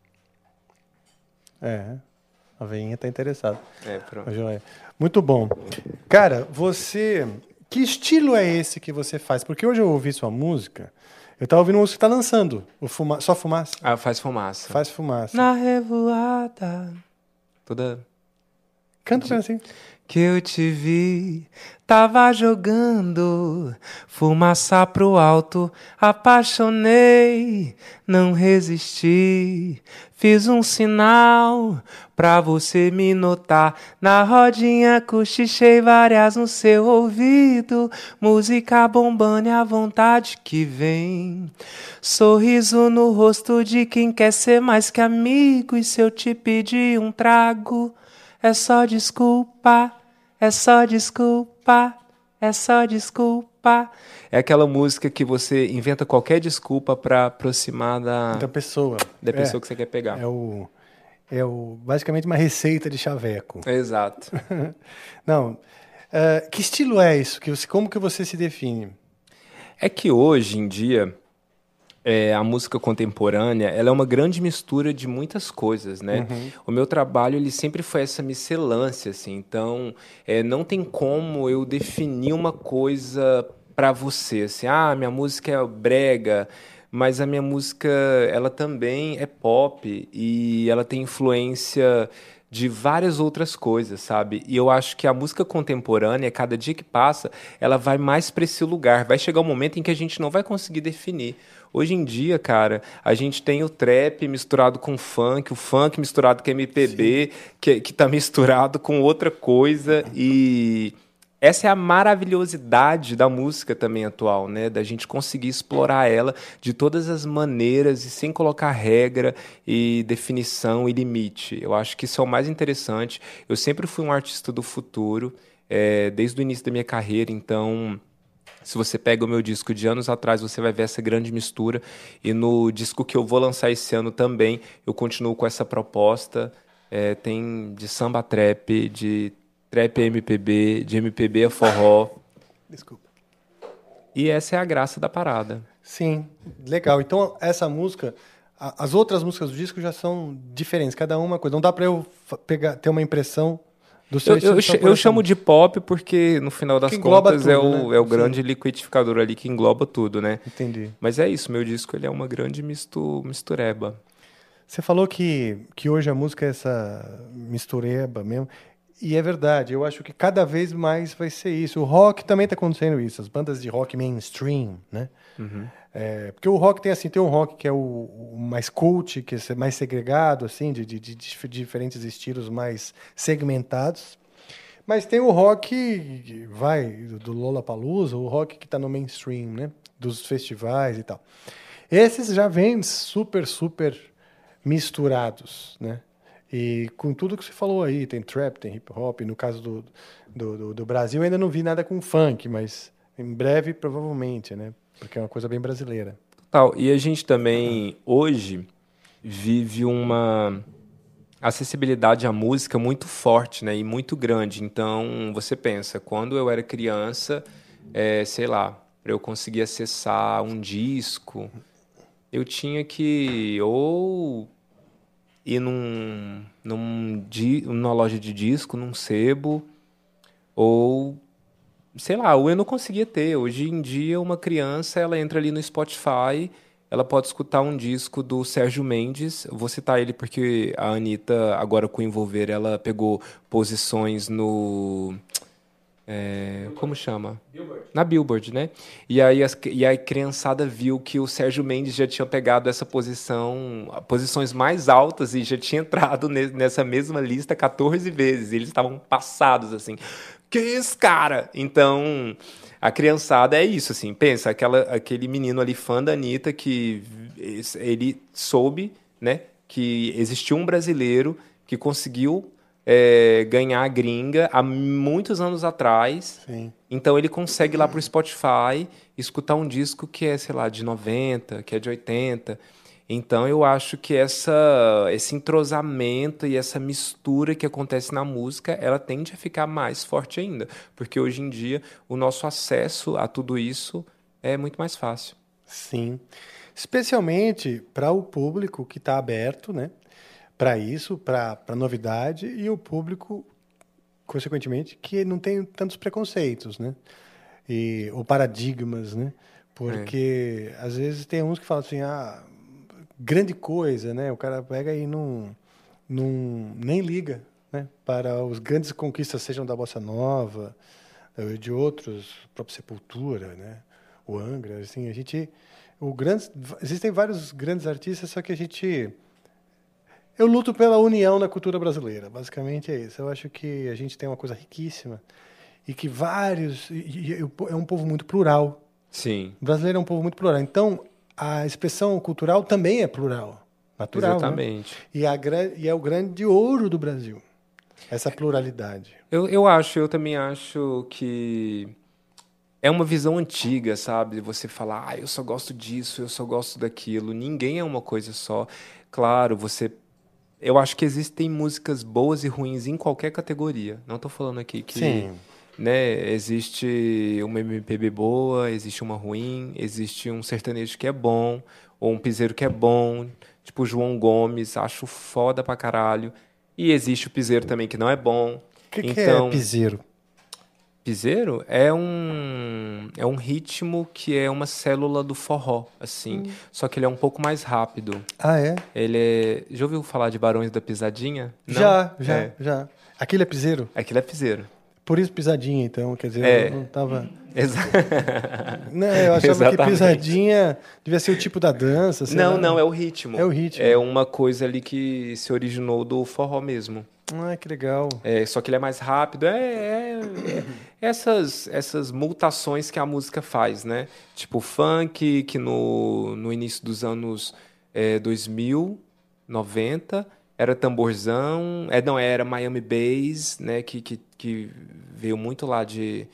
A veinha tá interessada. Pronto. Joia. Muito bom. Cara, você... Que estilo é esse que você faz? Porque hoje eu ouvi sua música... Eu tava ouvindo uma música que tá lançando. Só Fumaça? Faz Fumaça. Faz Fumaça. Na revoada. Toda... Canta pra assim. Que eu te vi, tava jogando fumaça pro alto, apaixonei, não resisti, fiz um sinal pra você me notar, na rodinha cochichei várias no seu ouvido, música bombando e a vontade que vem, sorriso no rosto de quem quer ser mais que amigo, e se eu te pedir um trago, é só desculpa, é só desculpa, é só desculpa. É aquela música que você inventa qualquer desculpa para aproximar da pessoa que você quer pegar. Basicamente uma receita de chaveco. Exato. Não, que estilo é isso? Como que você se define? É que hoje em dia... a música contemporânea, ela é uma grande mistura de muitas coisas, né? O meu trabalho, ele sempre foi essa miscelância, assim. Então, não tem como eu definir uma coisa para você, assim. Minha música é brega, mas a minha música, ela também é pop e ela tem influência de várias outras coisas, sabe? E eu acho que a música contemporânea, cada dia que passa, ela vai mais para esse lugar. Vai chegar um momento em que a gente não vai conseguir definir. Hoje em dia, cara, a gente tem o trap misturado com o funk misturado com MPB, que tá misturado com outra coisa. E essa é a maravilhosidade da música também atual, né? Da gente conseguir explorar ela de todas as maneiras e sem colocar regra e definição e limite. Eu acho que isso é o mais interessante. Eu sempre fui um artista do futuro, desde o início da minha carreira, então... Se você pega o meu disco de anos atrás, você vai ver essa grande mistura. E no disco que eu vou lançar esse ano também, eu continuo com essa proposta. Tem de samba trap, de trap MPB, de MPB a forró. Desculpa. E essa é a graça da parada. Sim, legal. Então, essa música... As outras músicas do disco já são diferentes. Cada uma coisa. Não dá para eu ter uma impressão... Eu chamo de pop porque, no final das contas, tudo, é o grande liquidificador ali que engloba tudo, né? Entendi. Mas é isso, meu disco ele é uma grande mistureba. Você falou que hoje a música é essa mistureba mesmo. E é verdade, eu acho que cada vez mais vai ser isso. O rock também está acontecendo isso, as bandas de rock mainstream, né? Porque o rock tem um rock que é o mais cult, que é mais segregado, assim, de diferentes estilos mais segmentados. Mas tem o rock, do Lollapalooza, o rock que está no mainstream, né? Dos festivais e tal. Esses já vêm super, super misturados, né? E com tudo que você falou aí, tem trap, tem hip hop. No caso do Brasil, eu ainda não vi nada com funk, mas em breve, provavelmente, né? Porque é uma coisa bem brasileira. Total. E a gente também, hoje, vive uma acessibilidade à música muito forte, né? E muito grande. Então, você pensa, quando eu era criança, sei lá, para eu conseguir acessar um disco, eu tinha que ou ir numa loja de disco, num sebo, ou, sei lá, ou eu não conseguia ter. Hoje em dia, uma criança, ela entra ali no Spotify, ela pode escutar um disco do Sérgio Mendes. Eu vou citar ele porque a Anitta, agora com o Envolver, ela pegou posições no... como chama? Billboard. Na Billboard, né? E aí a criançada viu que o Sérgio Mendes já tinha pegado essa posição, posições mais altas, e já tinha entrado nessa mesma lista 14 vezes. E eles estavam passados, assim. Que isso, cara? Então, a criançada é isso, assim. Pensa, aquele menino ali, fã da Anitta, que ele soube, né, que existiu um brasileiro que conseguiu ganhar a gringa há muitos anos atrás. Sim. Então ele consegue ir lá pro Spotify escutar um disco que é, sei lá, de 90, que é de 80. Então eu acho que esse entrosamento e essa mistura que acontece na música, ela tende a ficar mais forte ainda. Porque hoje em dia o nosso acesso a tudo isso é muito mais fácil. Sim. Especialmente para o público que está aberto, né? Para isso, para novidade, e o público, consequentemente, que não tem tantos preconceitos, né? Ou paradigmas, né? Porque, às vezes, tem uns que falam assim, grande coisa, né? O cara pega e nem liga, né? Para as grandes conquistas, sejam da Bossa Nova, de outros, a própria Sepultura, né? O Angra, assim, existem vários grandes artistas, só que eu luto pela união na cultura brasileira, basicamente é isso. Eu acho que a gente tem uma coisa riquíssima e que é um povo muito plural. Sim. O brasileiro é um povo muito plural. Então, a expressão cultural também é plural, natural. Exatamente. Né? E é o grande ouro do Brasil, essa pluralidade. Eu também acho que é uma visão antiga, sabe? Você falar, eu só gosto disso, eu só gosto daquilo. Ninguém é uma coisa só. Claro, eu acho que existem músicas boas e ruins em qualquer categoria. Não estou falando aqui que... Sim. Né, existe uma MPB boa, existe uma ruim, existe um sertanejo que é bom, ou um piseiro que é bom, tipo o João Gomes, acho foda pra caralho. E existe o piseiro também que não é bom. O que é piseiro? Piseiro é um ritmo que é uma célula do forró, assim. Só que ele é um pouco mais rápido. Ah, é? Já ouviu falar de Barões da Pisadinha? Não? Já. Aquilo é piseiro? Aquilo é piseiro. Por isso pisadinha, então, quer dizer, eu não tava... Não, eu achava Exatamente. que pisadinha devia ser o tipo da dança. Não, é o ritmo. É o ritmo. É uma coisa ali que se originou do forró mesmo. Que legal. Só que ele é mais rápido. Essas mutações que a música faz, né? Tipo o funk, que no início dos anos 2000, 90... era tamborzão, era Miami Bass, né, que veio muito lá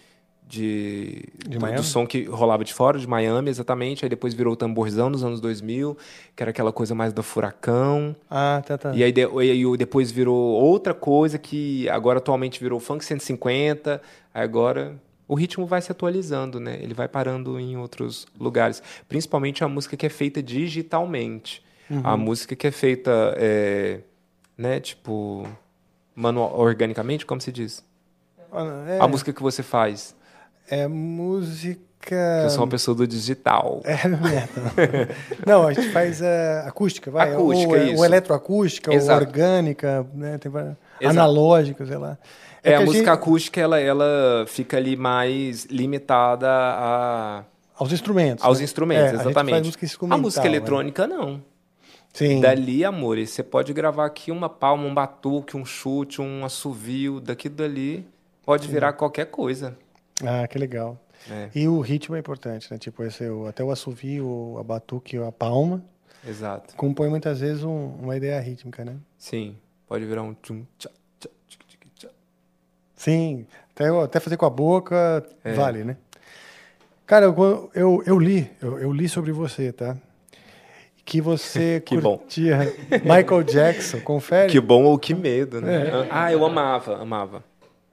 do som que rolava de fora, de Miami, exatamente. Aí depois virou o tamborzão nos anos 2000, que era aquela coisa mais do furacão. Tá. E aí depois virou outra coisa que agora atualmente virou funk 150. Aí agora o ritmo vai se atualizando, né? Ele vai parando em outros lugares. Principalmente a música que é feita digitalmente. Uhum. A música que é feita... né, tipo, organicamente, como se diz? A música que você faz. É música... Eu sou uma pessoa do digital. Não, a gente faz acústica, vai. Acústica, isso. Ou eletroacústica, Exato. ou orgânica, né? analógico, sei lá. É, a música acústica, ela fica ali mais limitada aos instrumentos. Aos né? instrumentos, exatamente. A música instrumental, a música eletrônica, não. Sim. Dali, amor, você pode gravar aqui uma palma, um batuque, um chute, um assovio, daqui dali pode virar qualquer coisa. Ah, que legal. E o ritmo é importante, né? Tipo, até o assovio, a batuque, a palma. Exato. Compõe muitas vezes uma ideia rítmica, né? Sim, pode virar um tchum, tchá, tchá, tchá, tchá. Sim, até fazer com a boca vale, né? Cara, eu li sobre você, tá? Que você que curtia Michael Jackson, confere? Que bom ou que medo, né? Eu amava.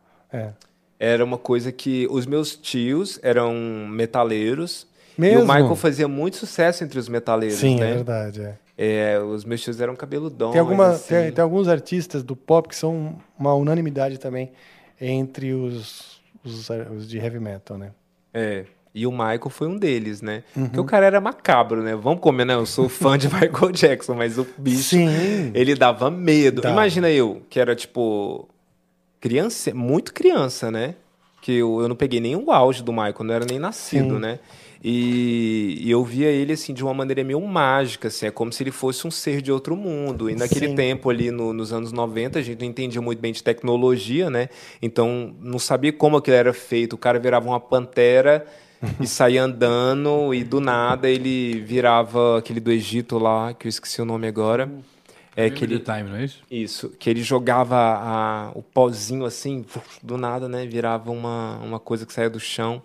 Era uma coisa que os meus tios eram metaleiros. Mesmo? E o Michael fazia muito sucesso entre os metaleiros, Sim, né? é verdade, os meus tios eram cabeludões. Tem alguns artistas do pop que são uma unanimidade também entre os de heavy metal, né? E o Michael foi um deles, né? Porque o cara era macabro, né? Vamos comer, né? Eu sou fã de Michael Jackson, mas o bicho, ele dava medo. Imagina eu, que era tipo criança, muito criança, né? Que eu não peguei nem o auge do Michael, não era nem nascido, né? E eu via ele, assim, de uma maneira meio mágica, assim, é como se ele fosse um ser de outro mundo. E naquele tempo ali, nos anos 90, a gente não entendia muito bem de tecnologia, né? Então, não sabia como aquilo era feito. O cara virava uma pantera e saía andando, e do nada ele virava aquele do Egito lá, que eu esqueci o nome agora. Time, não é isso? Isso, que ele jogava o pozinho assim, do nada, né? Virava uma coisa que saía do chão.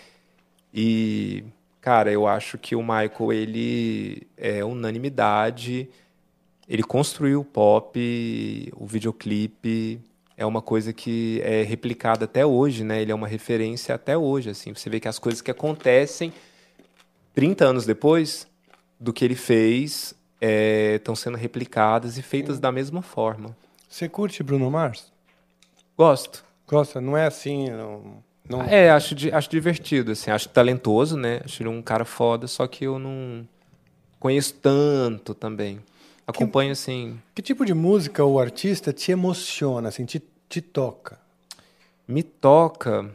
E, cara, eu acho que o Michael, ele é unanimidade. Ele construiu o pop, o videoclipe. É uma coisa que é replicada até hoje, né? Ele é uma referência até hoje, assim. Você vê que as coisas que acontecem 30 anos depois do que ele fez estão sendo replicadas e feitas da mesma forma. Você curte Bruno Mars? Gosto. Gosta? Não é assim... Não... Acho divertido, assim. Acho talentoso, né? Acho ele um cara foda, só que eu não conheço tanto também. Acompanho, assim... Que tipo de música ou artista te emociona, assim, te toca? Me toca...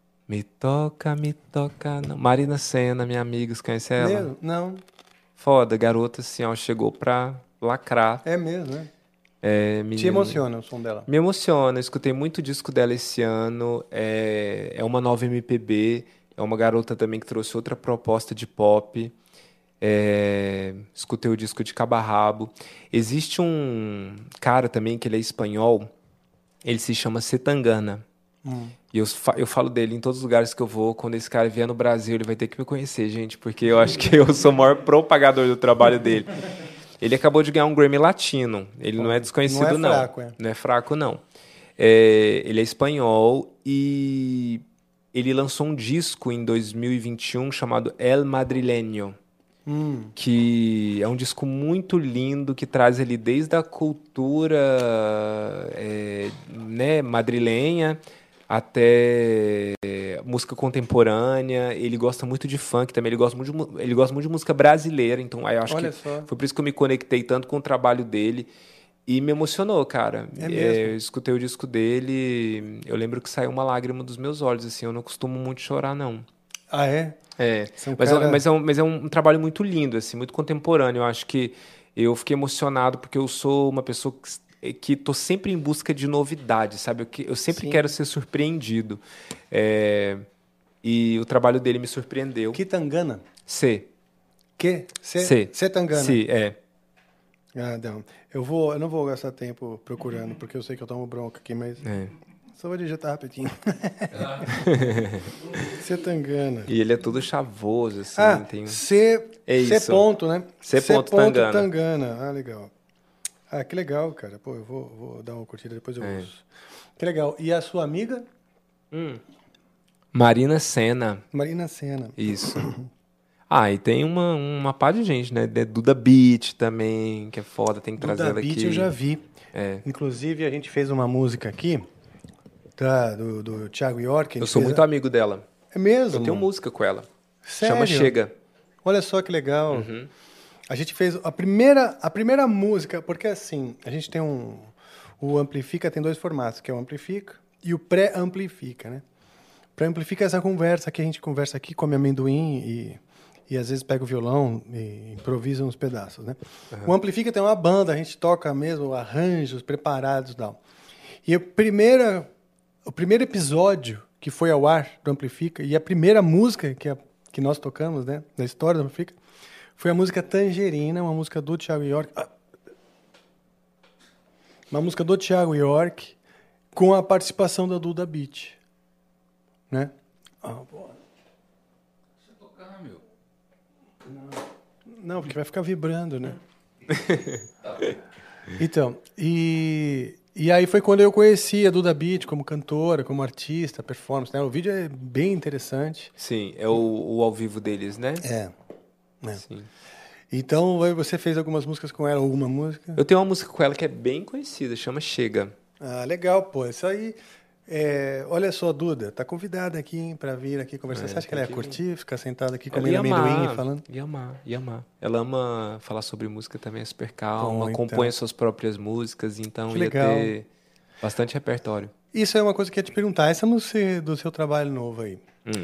Não. Marina Sena, minha amiga, você conhece ela? Mesmo? Não. Foda, garota, assim, ó, chegou pra lacrar. É mesmo, né? Menino, te emociona o som dela? Me emociona, escutei muito disco dela esse ano. É uma nova MPB, é uma garota também que trouxe outra proposta de pop. Escutei o disco de Cabo a Rabo. Existe um cara também que ele é espanhol, ele se chama Setangana. E eu falo dele em todos os lugares que eu vou. Quando esse cara vier no Brasil, ele vai ter que me conhecer, gente, porque eu acho que eu sou o maior propagador do trabalho dele. Ele acabou de ganhar um Grammy Latino. Ele não é desconhecido, não. Fraco, Não é fraco, não. Ele é espanhol e ele lançou um disco em 2021 chamado El Madrileño, que é um disco muito lindo, que traz ali desde a cultura madrilenha até música contemporânea. Ele gosta muito de funk também, ele gosta muito de música brasileira, então eu acho que foi por isso que eu me conectei tanto com o trabalho dele e me emocionou, cara. Eu escutei o disco dele, eu lembro que saiu uma lágrima dos meus olhos, assim, eu não costumo muito chorar, não. Ah, é? Mas é um trabalho muito lindo, assim, muito contemporâneo. Eu acho que eu fiquei emocionado porque eu sou uma pessoa que estou sempre em busca de novidade, sabe? Eu sempre quero ser surpreendido. E o trabalho dele me surpreendeu. Kitangana? C. Que? Setangana? Sim, não. Eu não vou gastar tempo procurando, porque eu sei que eu tomo bronca aqui, mas... Só vou digitar rapidinho. Setangana. E ele é todo chavoso, assim. C ponto, né? C ponto Tangana. Ah, legal. Ah, que legal, cara. Pô, eu vou dar uma curtida, depois eu ouço. Que legal. E a sua amiga? Marina Sena. Marina Sena. Isso. E tem uma par de gente, né? Duda Beat também, que é foda, tem que trazer ela aqui. Duda Beat eu já vi. Inclusive, a gente fez uma música aqui, do Thiago York. Eu sou muito amigo dela. É mesmo? Eu tenho música com ela. Sério? Chama Chega. Olha só que legal. A gente fez a primeira música, porque assim, a gente tem um O Amplifica tem 2 formatos, que é o Amplifica e o Pré-Amplifica, né? Pré-Amplifica é essa conversa que a gente conversa aqui, come amendoim e às vezes pega o violão e improvisa uns pedaços, né? O Amplifica tem uma banda, a gente toca mesmo arranjos preparados e tal. E o primeiro episódio que foi ao ar do Amplifica e a primeira música que nós tocamos, né, da história do Amplifica, foi a música Tangerina, uma música do Thiago York. Uma música do Thiago York com a participação da Duda Beat, né? Deixa eu tocar, meu. Não, porque vai ficar vibrando, né? Então, e aí foi quando eu conheci a Duda Beat como cantora, como artista, performance, né? O vídeo é bem interessante. Sim, é o ao vivo deles, né? É. Sim. Então, você fez algumas músicas com ela, alguma música? Eu tenho uma música com ela que é bem conhecida, chama Chega. Ah, legal, pô. Isso aí... olha só, Duda, tá convidada aqui para vir aqui conversar. Você acha que ela ia curtir, ficar sentada aqui comendo amendoim e falando? Ia amar. Ela ama falar sobre música também, é super calma, Bom, compõe então. suas próprias músicas, então Que ia legal. ter bastante repertório. Isso é uma coisa que eu ia te perguntar. Essa música do seu trabalho novo aí,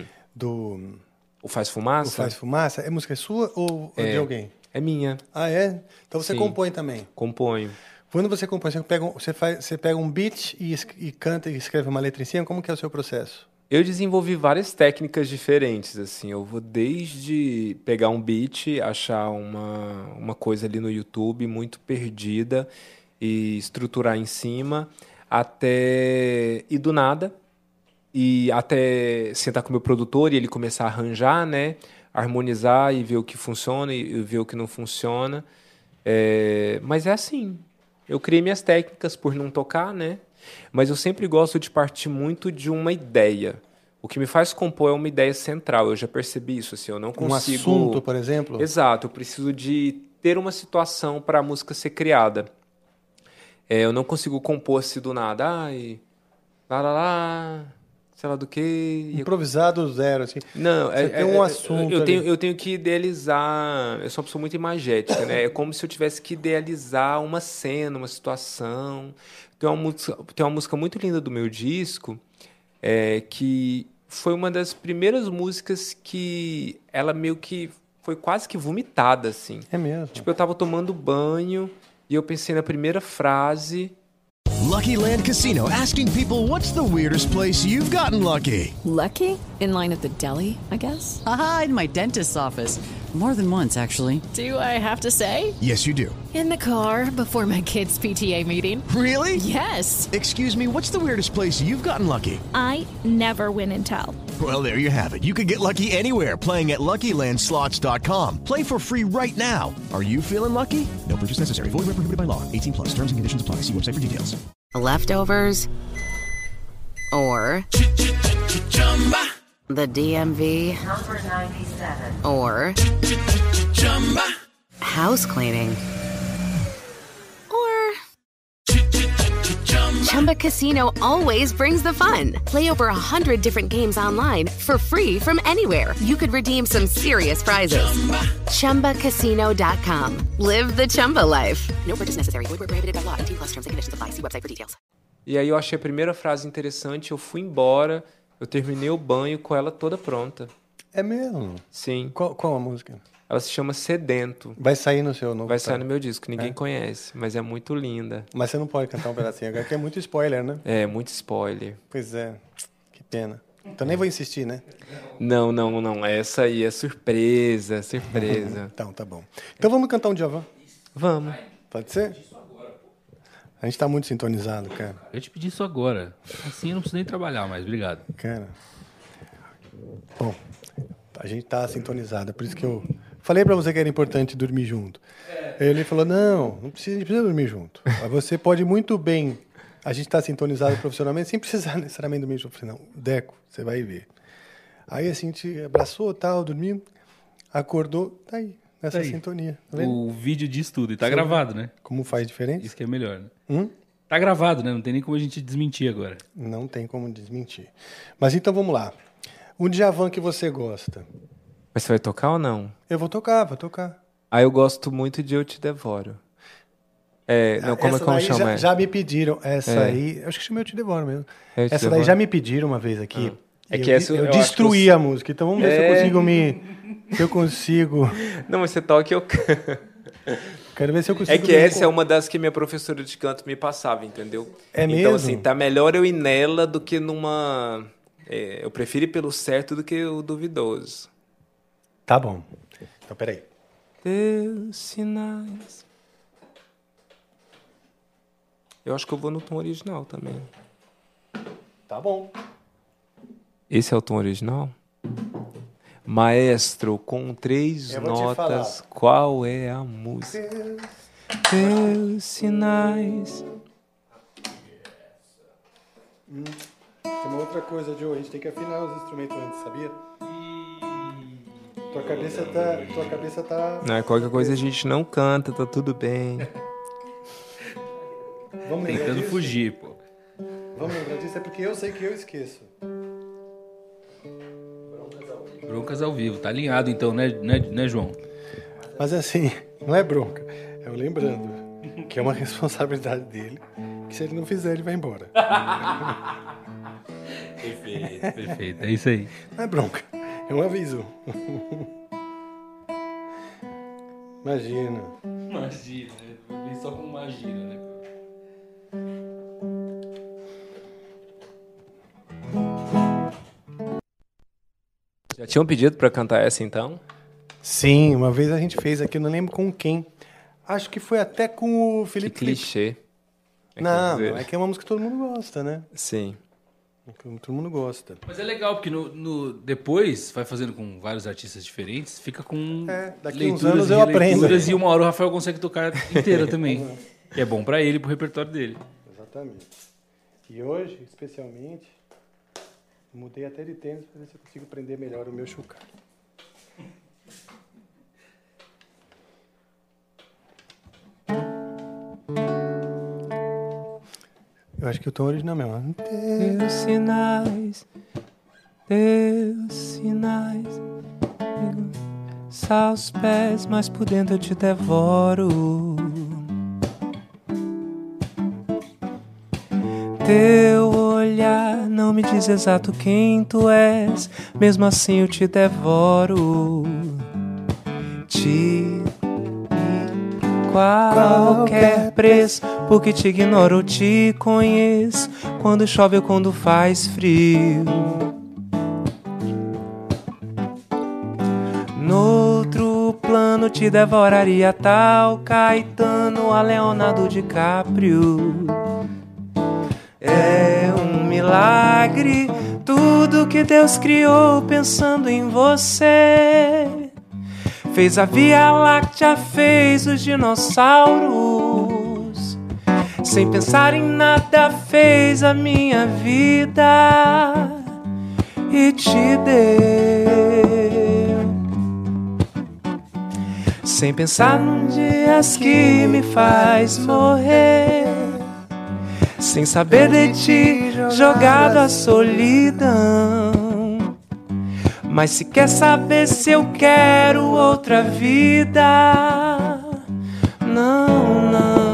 O Faz Fumaça? O Faz Fumaça, é música sua ou de alguém? É minha. Ah, é? Então você Sim. compõe também? Componho. Quando você compõe, você pega um beat e canta e escreve uma letra em cima, como que é o seu processo? Eu desenvolvi várias técnicas diferentes, assim. Eu vou desde pegar um beat, achar uma coisa ali no YouTube muito perdida e estruturar em cima, até ir do nada e até sentar com o meu produtor e ele começar a arranjar, né? Harmonizar e ver o que funciona e ver o que não funciona. Mas é assim. Eu criei minhas técnicas por não tocar, né? Mas eu sempre gosto de partir muito de uma ideia. O que me faz compor é uma ideia central. Eu já percebi isso, assim. Eu não consigo... Um assunto, por exemplo? Exato. Eu preciso de ter uma situação para a música ser criada. Eu não consigo compor assim do nada. Ai, sei lá do que. Improvisado zero, assim. Não, você tem um assunto. Eu tenho que idealizar. Eu sou uma pessoa muito imagética, né? É como se eu tivesse que idealizar uma cena, uma situação. Tem uma música muito linda do meu disco, que foi uma das primeiras músicas que ela meio que foi quase que vomitada, assim. É mesmo? Tipo, eu tava tomando banho e eu pensei na primeira frase. Lucky Land Casino, asking people, what's the weirdest place you've gotten lucky? Lucky? In line at the deli, I guess? Aha, in my dentist's office. More than once, actually. Do I have to say? Yes, you do. In the car before my kids' PTA meeting. Really? Yes. Excuse me, what's the weirdest place you've gotten lucky? I never win and tell. Well, there you have it. You can get lucky anywhere, playing at LuckyLandSlots.com. Play for free right now. Are you feeling lucky? No purchase necessary. Void where prohibited by law. 18+. Terms and conditions apply. See website for details. Leftovers or the DMV Number 97. or house cleaning or Chumba Casino always brings the fun. Play over 100 different games online for free from anywhere. You could redeem some serious prizes. ChumbaCasino.com. Live the Chumba life. No purchase necessary. Void where prohibited by law. 18+ terms and conditions apply. See website for details. E aí eu achei a primeira frase interessante, eu fui embora, eu terminei o banho com ela toda pronta. É mesmo? Sim. Qual a música? Ela se chama Sedento. Vai sair no seu novo... Vai sair no meu disco, ninguém conhece, mas é muito linda. Mas você não pode cantar um pedacinho agora, porque é muito spoiler, né? É, muito spoiler. Pois é, que pena. Então nem vou insistir, né? Não. Essa aí é surpresa. Então, tá bom. Então vamos cantar um Djavan? Vamos. Pode ser? A gente tá muito sintonizado, cara. Eu te pedi isso agora. Assim eu não preciso nem trabalhar mais. Obrigado. Cara. Bom, a gente tá sintonizado. É por isso que eu falei pra você que era importante dormir junto. Ele falou, não precisa dormir junto. Você pode muito bem... A gente tá sintonizado profissionalmente sem precisar necessariamente dormir junto. Eu falei, não, Deco, você vai ver. Aí assim, a gente abraçou, tal, dormiu, acordou, tá aí, nessa sintonia. Tá vendo? O vídeo diz tudo. E tá gravado, né? Como faz diferença? Isso que é melhor, né? Tá gravado, né? Não tem nem como a gente desmentir agora. Não tem como desmentir. Mas então vamos lá. Um Djavan que você gosta. Mas você vai tocar ou não? Eu vou tocar. Ah, eu gosto muito de Eu Te Devoro. Como é que chama? Já me pediram. Essa aí, eu acho que chamei Eu Te Devoro mesmo. Essa daí Devoro. já me pediram uma vez aqui. Eu destruí destruí a música. Então vamos ver se eu consigo. Não, mas você toca e eu Quero ver se eu consigo. É que essa é uma das que minha professora de canto me passava, entendeu? Então, mesmo? Assim, tá melhor eu ir nela do que numa... eu prefiro ir pelo certo do que o duvidoso. Tá bom. Então, peraí. Teus sinais... Eu acho que eu vou no tom original também. Tá bom. Esse é o tom original? Maestro, com 3 notas, qual é a música? Teus sinais. Tem uma outra coisa, Joe. A gente tem que afinar os instrumentos antes, sabia? Tua cabeça tá... Não, qualquer coisa a gente não canta, tá tudo bem. Vamos lembrar Tentando disso? fugir, pô. Vamos lembrar disso, é porque eu sei que eu esqueço. Broncas ao vivo. Tá alinhado então, né, João? Mas assim, não é bronca. É eu lembrando que é uma responsabilidade dele, que se ele não fizer, ele vai embora. Perfeito. É isso aí. Não é bronca, é um aviso. Imagina. Imagina, né? Só com imagina, né? Já tinham pedido pra cantar essa, então? Sim, uma vez a gente fez aqui, eu não lembro com quem. Acho que foi até com o Felipe. Que clichê. Não, é que é uma música que todo mundo gosta, né? Sim. É que todo mundo gosta. Mas é legal, porque depois, vai fazendo com vários artistas diferentes, fica com daqui uns anos eu aprendo. E uma hora o Rafael consegue tocar inteira também. E é bom pra ele, pro repertório dele. Exatamente. E hoje, especialmente, mudei até de tênis para ver se eu consigo prender melhor o meu chocalho. Eu acho que o tom original mesmo. Teus sinais, aos pés, mas por dentro eu te devoro. Teu olhar não me diz exato quem tu és, mesmo assim eu te devoro. Qualquer preço, porque te ignoro ou te conheço, quando chove ou quando faz frio. Noutro plano te devoraria tal Caetano a Leonardo DiCaprio. É um milagre tudo que Deus criou pensando em você. Fez a Via Láctea, fez os dinossauros. Sem pensar em nada, fez a minha vida e te deu. Sem pensar nos dias que me faz morrer. Sem saber de ti, jogado à solidão. Mas se quer saber se eu quero outra vida, não, não.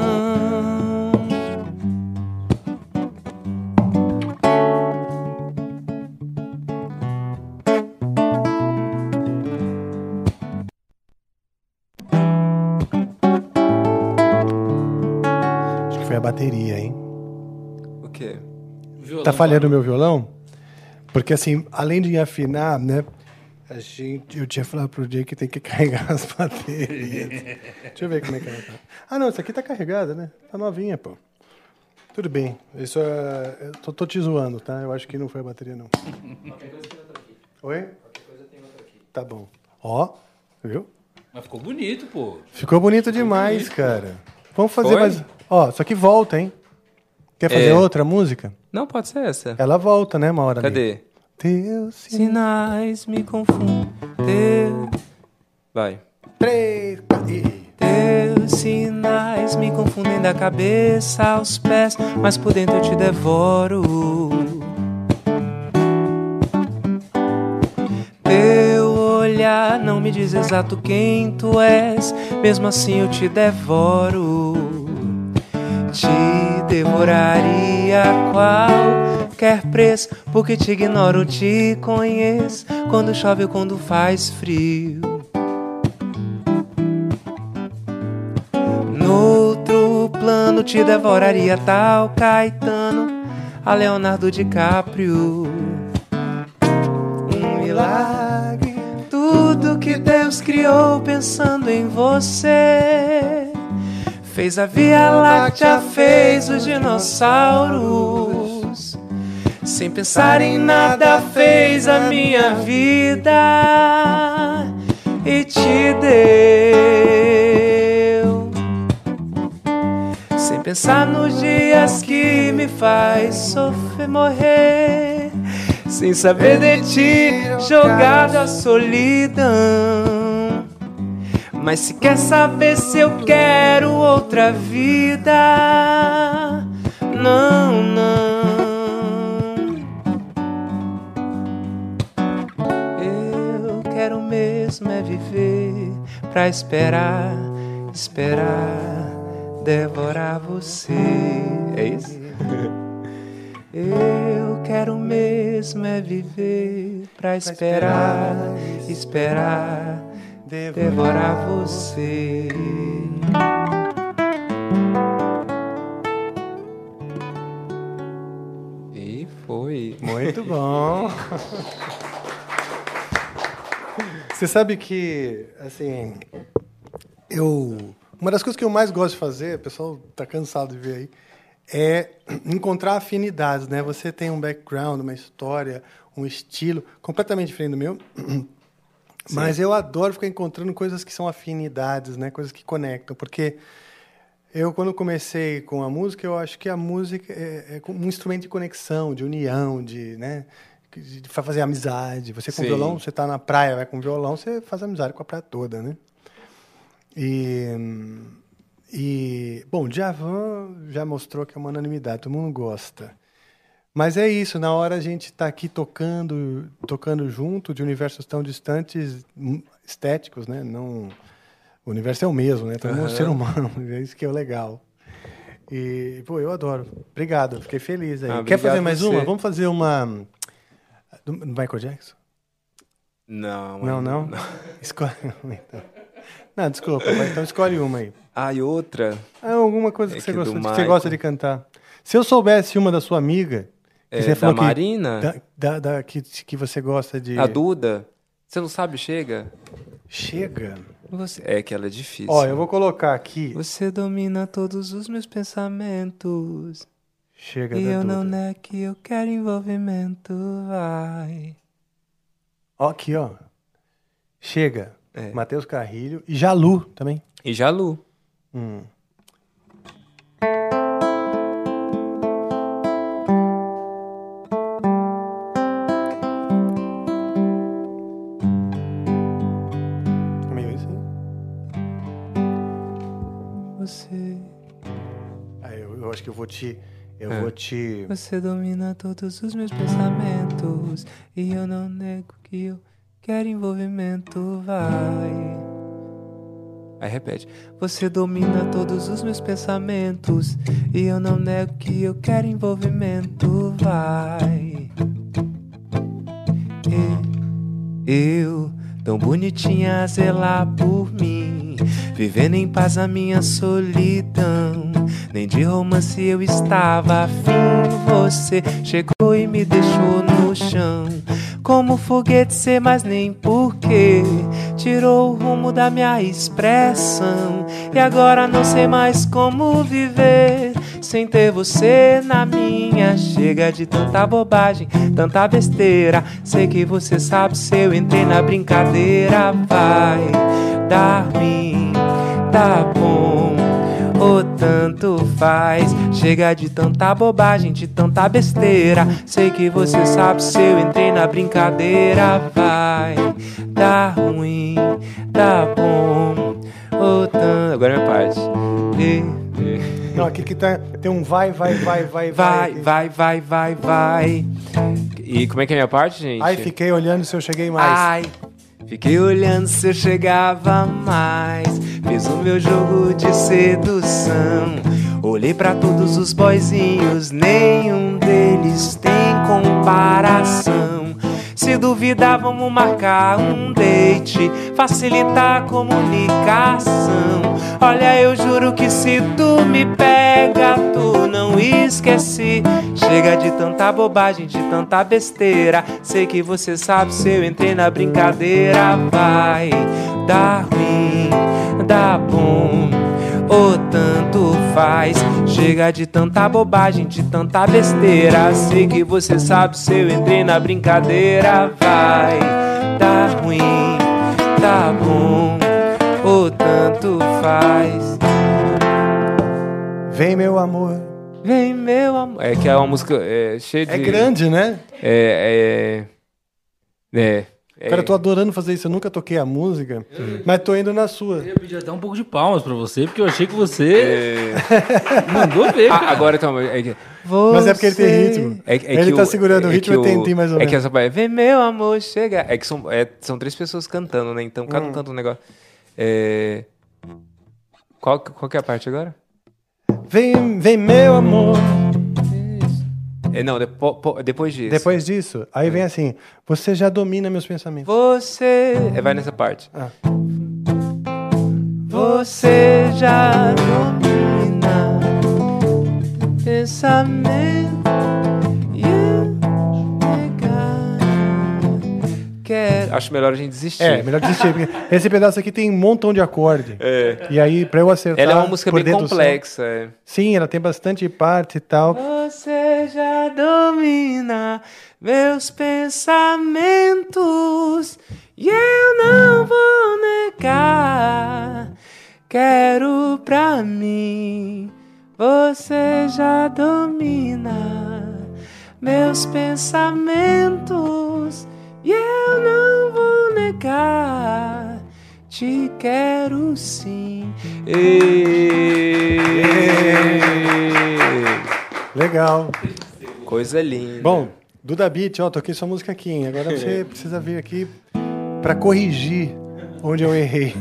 Acho que foi a bateria, hein? O quê? Tá falhando o meu violão? Porque, assim, além de afinar, né? Eu tinha falado pro Jay que tem que carregar as baterias. Deixa eu ver como é que ela tá. Ah, não, essa aqui tá carregada, né? Tá novinha, pô. Tudo bem. Isso é... Eu tô te zoando, tá? Eu acho que não foi a bateria, não. Qualquer coisa tem outra aqui. Oi? Qualquer coisa tem outra aqui. Tá bom. Ó, viu? Mas ficou bonito, pô. Ficou bonito demais, cara. Vamos fazer mais... Ó, isso aqui volta, hein? Quer fazer outra música? Não, pode ser essa. Ela volta, né, uma hora ali. Cadê? Teus sinais me confundem. Vai. 3, 4... Teus sinais me confundem da cabeça aos pés, mas por dentro eu te devoro. Teu olhar não me diz exato quem tu és, mesmo assim eu te devoro. te devoraria a qualquer preço, porque te ignoro, te conheço, quando chove ou quando faz frio. No outro plano te devoraria tal Caetano, a Leonardo DiCaprio. Um milagre, tudo que Deus criou pensando em você. Fez a Via Láctea, fez os dinossauros. Sem pensar em nada fez a minha vida e te deu. Sem pensar nos dias que me faz sofrer, morrer. Sem saber de ti, jogado à solidão. Mas se quer saber se eu quero outra vida, não, não. Eu quero mesmo é viver pra esperar, esperar, devorar você. É isso? Eu quero mesmo é viver pra esperar, esperar, devorar você. E foi. Muito bom. Você sabe que, assim, uma das coisas que eu mais gosto de fazer, o pessoal tá cansado de ver aí, é encontrar afinidades, né? Você tem um background, uma história, um estilo completamente diferente do meu. Sim. Mas eu adoro ficar encontrando coisas que são afinidades, né? Coisas que conectam. Porque eu, quando comecei com a música, eu acho que a música é um instrumento de conexão, de união, de fazer amizade. Você com violão, você está na praia, vai com violão, você faz amizade com a praia toda, né? Bom, Djavan já mostrou que é uma unanimidade, todo mundo gosta. Mas é isso, na hora a gente está aqui tocando junto de universos tão distantes, estéticos, né? Não, o universo é o mesmo, né? Todo mundo é ser humano, é isso que é o legal. E, pô, eu adoro. Obrigado, fiquei feliz aí. Quer fazer mais uma? Vamos fazer uma do Michael Jackson? Não? Escolhe uma, então. Não, desculpa, então escolhe uma aí. Ah, e outra? Alguma coisa que você gosta de cantar. Se eu soubesse uma da sua amiga... Você falou da Marina? Que você gosta de... A Duda? Você não sabe Chega? Chega? É que ela é difícil. Ó, eu vou colocar aqui... Você domina todos os meus pensamentos. Chega e da eu Duda. não é que eu quero envolvimento, vai. Ó, aqui, ó. Chega. Matheus Carrilho e Jalu também. E Jalu. Você. Eu acho que eu vou te. Você domina todos os meus pensamentos e eu não nego que eu quero envolvimento, vai. Aí repete. Você domina todos os meus pensamentos e eu não nego que eu quero envolvimento, vai. Eu, tão bonitinha a zelar por mim, vivendo em paz a minha solidão. Nem de romance eu estava afim. Você chegou e me deixou no chão, como foguete sem mais nem porquê. Tirou o rumo da minha expressão e agora não sei mais como viver sem ter você na minha. Chega de tanta bobagem, tanta besteira. Sei que você sabe se eu entrei na brincadeira. Vai dar ruim, tá bom, ou tanto faz. Chega de tanta bobagem, de tanta besteira. Sei que você sabe se eu entrei na brincadeira. Vai dar ruim, tá bom, ou tanto... Agora é minha parte. Não, aqui que tem um vai. E como é que é a minha parte, gente? Ai, fiquei olhando se eu cheguei mais. Ai, fiquei olhando se eu chegava mais. Fiz o meu jogo de sedução. Olhei pra todos os boyzinhos, nenhum deles tem comparação. Se duvidar, vamos marcar um date, facilitar a comunicação. Olha, eu juro que se tu me pega, tu não esquece. Chega de tanta bobagem, de tanta besteira. Sei que você sabe, se eu entrei na brincadeira, vai dar ruim, dá bom, ou tanto faz. Chega de tanta bobagem, de tanta besteira. Sei que você sabe, se eu entrei na brincadeira, vai dar ruim, tá bom, ou tanto faz. Vem, meu amor. Vem, meu amor. É que é uma música cheia de... É grande, né? Cara, eu tô adorando fazer isso. Eu nunca toquei a música, mas tô indo na sua. Eu ia pedir até um pouco de palmas pra você, porque eu achei que você mandou ver, cara. Agora então... Mas é porque ele tem ritmo. Ele tá segurando o ritmo e tem mais ou menos. É que essa parte... Vem, meu amor, chega. É que são 3 pessoas cantando, né? Então cada um canta um negócio. Qual que é a parte agora? Vem, meu amor. Não, depois disso. Depois disso, aí vem assim: você já domina meus pensamentos. Você... vai nessa parte. Você já domina pensamento. Acho melhor a gente desistir. Melhor desistir. Porque esse pedaço aqui tem um montão de acorde. E aí, pra eu acertar... Ela é uma música bem complexa. Sim, ela tem bastante parte e tal. Você já domina meus pensamentos e eu não vou negar. Quero pra mim. Você já domina meus pensamentos e eu não vou negar, te quero sim. Legal. Coisa linda. Bom, Duda Beat, toquei sua música aqui, hein? Agora você precisa vir aqui pra corrigir onde eu errei.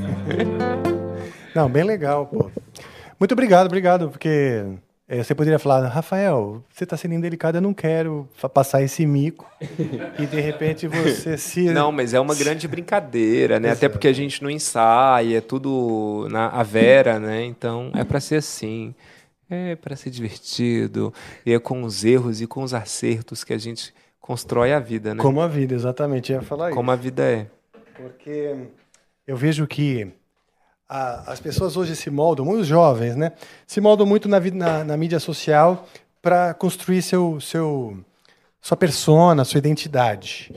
Não, bem legal, pô. Muito obrigado, porque... você poderia falar, Rafael, você está sendo indelicado, eu não quero passar esse mico. E de repente você se... Não, mas é uma grande brincadeira, né? Até porque a gente não ensaia, é tudo à vera, né? Então é para ser assim, é para ser divertido. E é com os erros e com os acertos que a gente constrói a vida, né? Como a vida, exatamente, eu ia falar isso. Como a vida é. Porque eu vejo que as pessoas hoje se moldam, muitos jovens, né? Se moldam muito na mídia social para construir sua persona, sua identidade.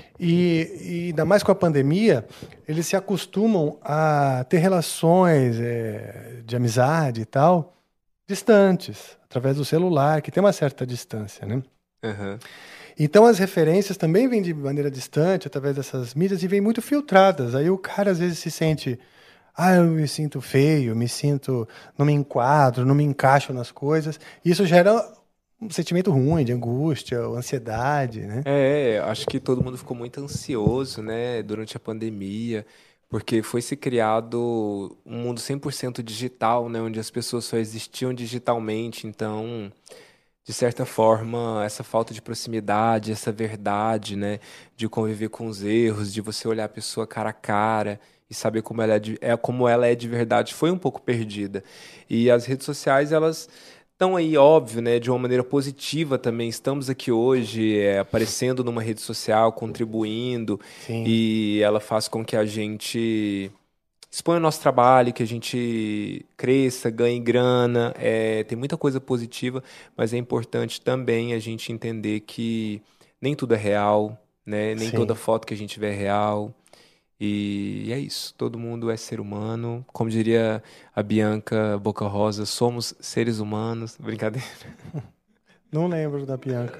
E ainda mais com a pandemia, eles se acostumam a ter relações de amizade e tal, distantes, através do celular, que tem uma certa distância, né? Uhum. Então as referências também vêm de maneira distante, através dessas mídias, e vêm muito filtradas. Aí o cara às vezes se sente... eu me sinto feio, não me enquadro, não me encaixo nas coisas. Isso gera um sentimento ruim, de angústia, ansiedade, né? Acho que todo mundo ficou muito ansioso, né, durante a pandemia, porque foi se criado um mundo 100% digital, né, onde as pessoas só existiam digitalmente. Então, de certa forma, essa falta de proximidade, essa verdade, né, de conviver com os erros, de você olhar a pessoa cara a cara e saber como ela é de verdade, foi um pouco perdida. E as redes sociais, elas estão aí, óbvio, né, de uma maneira positiva também. Estamos aqui hoje aparecendo numa rede social, contribuindo. Sim. E ela faz com que a gente exponha o nosso trabalho, que a gente cresça, ganhe grana. Tem muita coisa positiva, mas é importante também a gente entender que nem tudo é real, né? Nem toda foto que a gente vê é real. E é isso, todo mundo é ser humano. Como diria a Bianca Boca Rosa, somos seres humanos. Brincadeira. Não lembro da Bianca.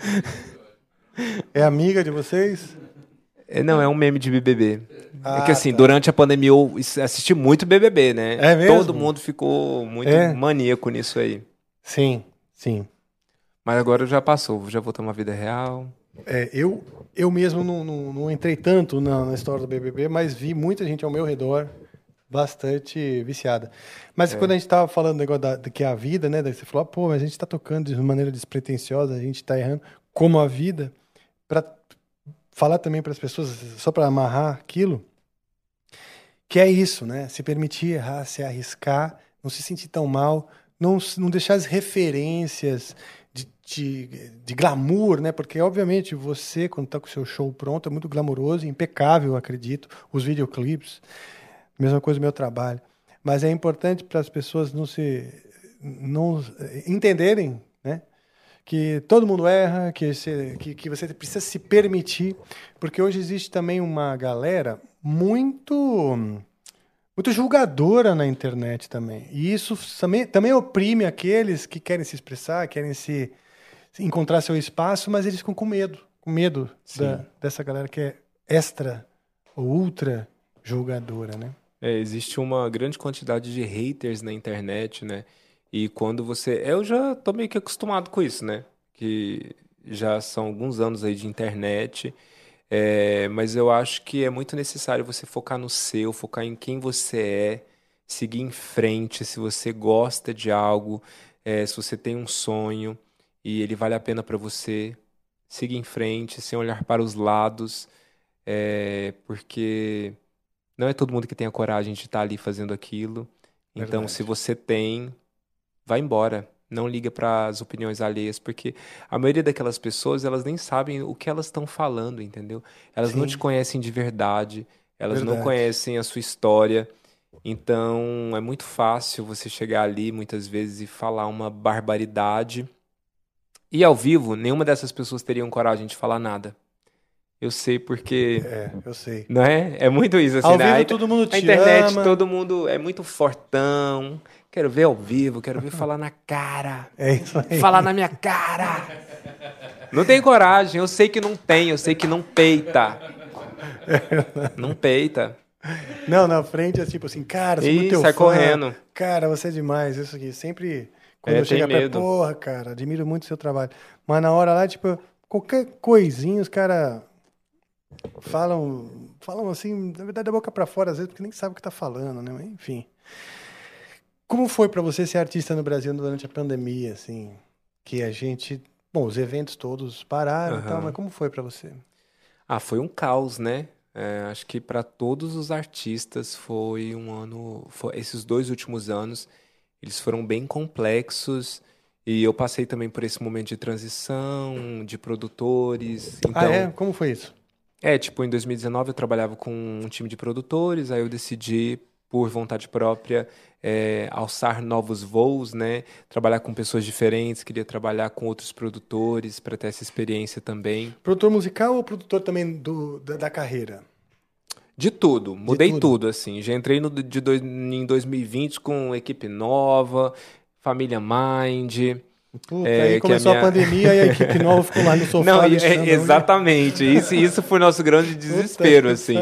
É amiga de vocês? Não, é um meme de BBB. É que assim, durante a pandemia eu assisti muito BBB, né? É mesmo? Todo mundo ficou muito maníaco nisso aí. Sim. Mas agora já passou, já voltou a uma vida real. Eu mesmo não entrei tanto na história do BBB, mas vi muita gente ao meu redor bastante viciada. Mas quando a gente estava falando do negócio do que é a vida, né? Daí você falou, pô, mas a gente está tocando de maneira despretensiosa, a gente está errando como a vida. Para falar também para as pessoas, só para amarrar aquilo, que é isso, né? Se permitir errar, se arriscar, não se sentir tão mal, não deixar as referências de glamour, né? Porque, obviamente, você, quando está com o seu show pronto, é muito glamouroso, impecável, acredito, os videoclipes. Mesma coisa do meu trabalho. Mas é importante para as pessoas não entenderem, né, que todo mundo erra, que você precisa se permitir, porque hoje existe também uma galera muito julgadora na internet também. E isso também oprime aqueles que querem se expressar, querem encontrar seu espaço, mas eles ficam com medo dessa galera que é extra ou ultra julgadora, né? Existe uma grande quantidade de haters na internet, né? E quando você... Eu já tô meio que acostumado com isso, né? Que já são alguns anos aí de internet, mas eu acho que é muito necessário você focar no seu, focar em quem você é, seguir em frente, se você gosta de algo, se você tem um sonho e ele vale a pena para você, seguir em frente, sem olhar para os lados, porque... Não é todo mundo que tem a coragem de estar ali fazendo aquilo. Então, Verdade. se você tem, vai embora. Não liga para as opiniões alheias, porque a maioria daquelas pessoas, elas nem sabem o que elas estão falando, entendeu? Elas não te conhecem de verdade, elas não conhecem a sua história. Então, é muito fácil você chegar ali, muitas vezes, e falar uma barbaridade. E ao vivo, nenhuma dessas pessoas teriam coragem de falar nada. Eu sei porque... eu sei. Não é? É muito isso, assim, ao né? vivo todo mundo te ama. A internet, ama. todo mundo é muito fortão. Quero ver ao vivo, quero ver falar na cara. É isso aí. Falar na minha cara. Não tem coragem, eu sei que não tem, eu sei que não peita. Não peita. Não, na frente é tipo assim, cara, sou muito teu sai fã. correndo. Cara, você é demais, isso aqui. Sempre, quando eu chego perto, porra, cara, admiro muito o seu trabalho. Mas na hora lá, tipo, qualquer coisinha, os caras... Falam assim, na verdade, da boca pra fora, às vezes, porque nem sabe o que tá falando, né? Mas, enfim. Como foi pra você ser artista no Brasil durante a pandemia, assim? Que a gente... Bom, os eventos todos pararam e tal, mas como foi pra você? Foi um caos, né? Acho que pra todos os artistas foi um ano... Esses 2 últimos anos, eles foram bem complexos. E eu passei também por esse momento de transição, de produtores. Então, Como foi isso? Tipo, em 2019 eu trabalhava com um time de produtores, aí eu decidi, por vontade própria, alçar novos voos, né? Trabalhar com pessoas diferentes, queria trabalhar com outros produtores para ter essa experiência também. Produtor musical ou produtor também da carreira? De tudo, mudei tudo, assim. Já entrei em 2020 com equipe nova, Família Mind... Puta, aí começou a pandemia e a equipe nova ficou lá no sofá. Não, exatamente. Isso foi nosso grande desespero, assim.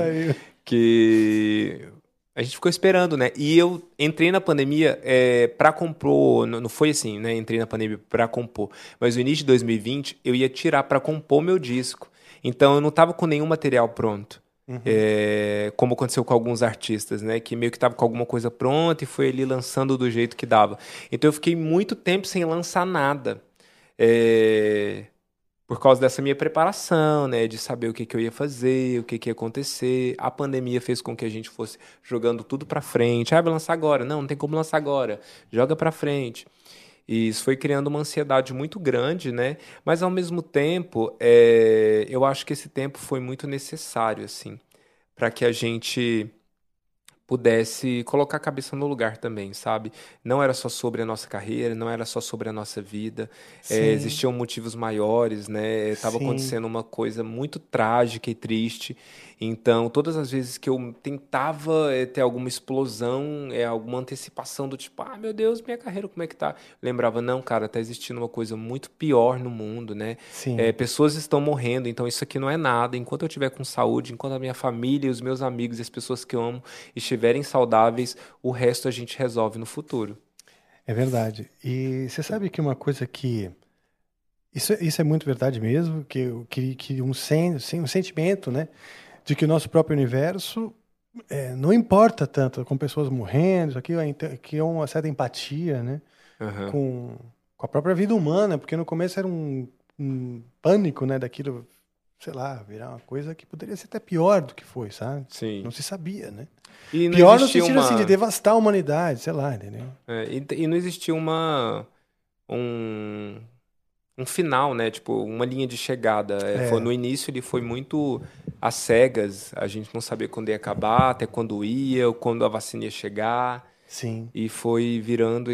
Que a gente ficou esperando, né? E eu entrei na pandemia pra compor. Não foi assim, né? Entrei na pandemia pra compor. Mas no início de 2020, eu ia tirar pra compor meu disco. Então, eu não tava com nenhum material pronto. Como aconteceu com alguns artistas, né? Que meio que tava com alguma coisa pronta e foi ali lançando do jeito que dava. Então eu fiquei muito tempo sem lançar nada. Por causa dessa minha preparação, né? De saber o que eu ia fazer, o que ia acontecer. A pandemia fez com que a gente fosse jogando tudo pra frente. Vai lançar agora. Não tem como lançar agora. Joga pra frente. E isso foi criando uma ansiedade muito grande, né? Mas, ao mesmo tempo, eu acho que esse tempo foi muito necessário, assim, para que a gente pudesse colocar a cabeça no lugar também, sabe? Não era só sobre a nossa carreira, não era só sobre a nossa vida. Existiam motivos maiores, né? Estava acontecendo uma coisa muito trágica e triste. Então, todas as vezes que eu tentava ter alguma explosão, alguma antecipação do tipo, meu Deus, minha carreira, como é que tá? Lembrava, não, cara, tá existindo uma coisa muito pior no mundo, né? Pessoas estão morrendo, então isso aqui não é nada. Enquanto eu estiver com saúde, enquanto a minha família, os meus amigos e as pessoas que eu amo estiverem saudáveis, o resto a gente resolve no futuro. É verdade. E você sabe que uma coisa que... Isso é muito verdade mesmo, que um sentimento, né? De que o nosso próprio universo não importa tanto com pessoas morrendo, isso aqui é uma certa empatia, né? Com a própria vida humana, porque no começo era um pânico, né, daquilo, sei lá, virar uma coisa que poderia ser até pior do que foi, sabe? Sim. Não se sabia, né? E não pior no existia sentido assim, de devastar a humanidade, sei lá, entendeu? E não existia um final, né? Tipo, uma linha de chegada. No início ele foi muito às cegas, a gente não sabia quando ia acabar, até quando ia, quando a vacina ia chegar. Sim. E foi virando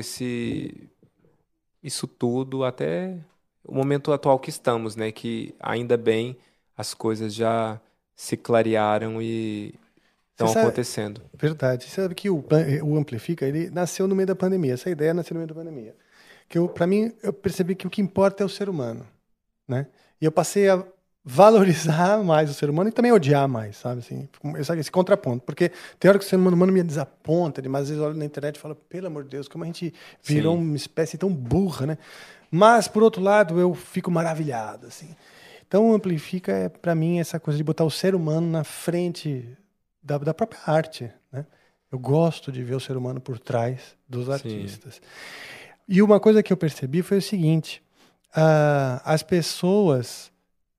isso tudo até o momento atual que estamos, né? Que ainda bem as coisas já se clarearam e estão acontecendo. Verdade. Você sabe que o Amplifica, ele nasceu no meio da pandemia. Essa ideia nasceu no meio da pandemia. Para mim, eu percebi que o que importa é o ser humano, né? E eu passei a valorizar mais o ser humano e também odiar mais, sabe? Assim, esse contraponto. Porque tem hora que o ser humano me desaponta, mas às vezes eu olho na internet e falo, pelo amor de Deus, como a gente virou uma espécie tão burra, né? Mas, por outro lado, eu fico maravilhado, assim. Então, o Amplifica para mim, essa coisa de botar o ser humano na frente da própria arte, né? Eu gosto de ver o ser humano por trás dos artistas. Sim. E uma coisa que eu percebi foi o seguinte, as pessoas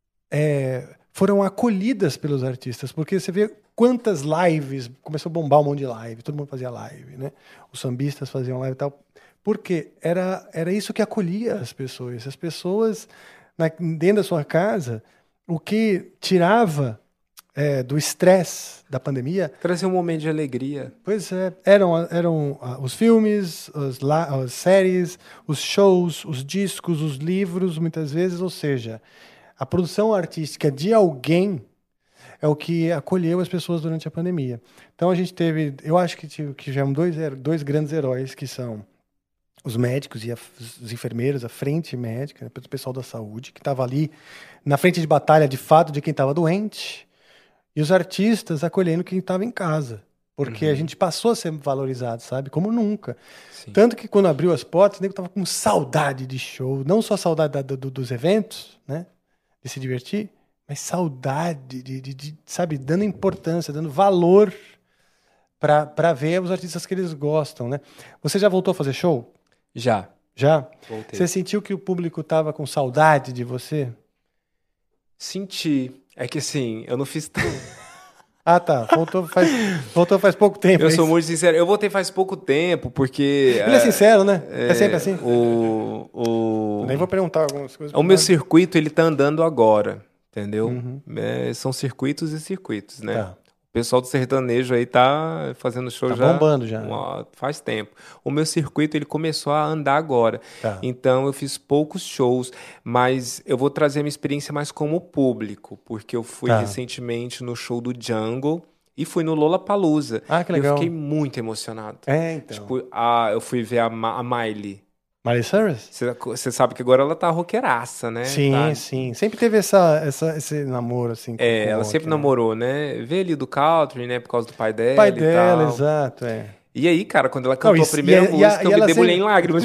foram acolhidas pelos artistas, porque você vê quantas lives, começou a bombar um monte de live, todo mundo fazia live, né? Os sambistas faziam live e tal, porque era isso que acolhia as pessoas. As pessoas, dentro da sua casa, o que tirava do estresse da pandemia... Trazer um momento de alegria. Pois é. Eram os filmes, as séries, os shows, os discos, os livros, muitas vezes. Ou seja, a produção artística de alguém é o que acolheu as pessoas durante a pandemia. Então a gente teve... Eu acho que tivemos dois grandes heróis, que são os médicos e os enfermeiros, a frente médica, né, o pessoal da saúde, que estava ali na frente de batalha, de fato, de quem estava doente. E os artistas acolhendo quem estava em casa. Porque a gente passou a ser valorizado, sabe? Como nunca. Sim. Tanto que quando abriu as portas, o nego estava com saudade de show. Não só saudade dos eventos, né? De se divertir, mas saudade de sabe? Dando importância, dando valor para ver os artistas que eles gostam, né? Você já voltou a fazer show? Já. Já? Voltei. Você sentiu que o público estava com saudade de você? Senti. É que assim, eu não fiz tanto. Ah, tá. Voltou faz pouco tempo. Eu sou muito sincero. Eu voltei faz pouco tempo, porque... Ele é sincero, né? É sempre assim. Nem vou perguntar algumas coisas. O meu circuito, ele tá andando agora, entendeu? São circuitos e circuitos, né? Tá. O pessoal do sertanejo aí tá fazendo show já... Tá bombando já. Faz tempo. O meu circuito, ele começou a andar agora. Tá. Então, eu fiz poucos shows, mas eu vou trazer a minha experiência mais como público, porque eu fui recentemente no show do Jungle e fui no Lollapalooza. Ah, que legal. Eu fiquei muito emocionado. Então. Tipo, eu fui ver a Miley. Miley Cyrus? Você sabe que agora ela tá roqueiraça, né? Sim, tá... sim. Sempre teve esse namoro, assim. Ela sempre namorou, né? Veio ali do country, né? Por causa do pai dela. Pai dela, exato, E aí, cara, quando ela cantou a primeira música, eu me debulhei em lágrimas.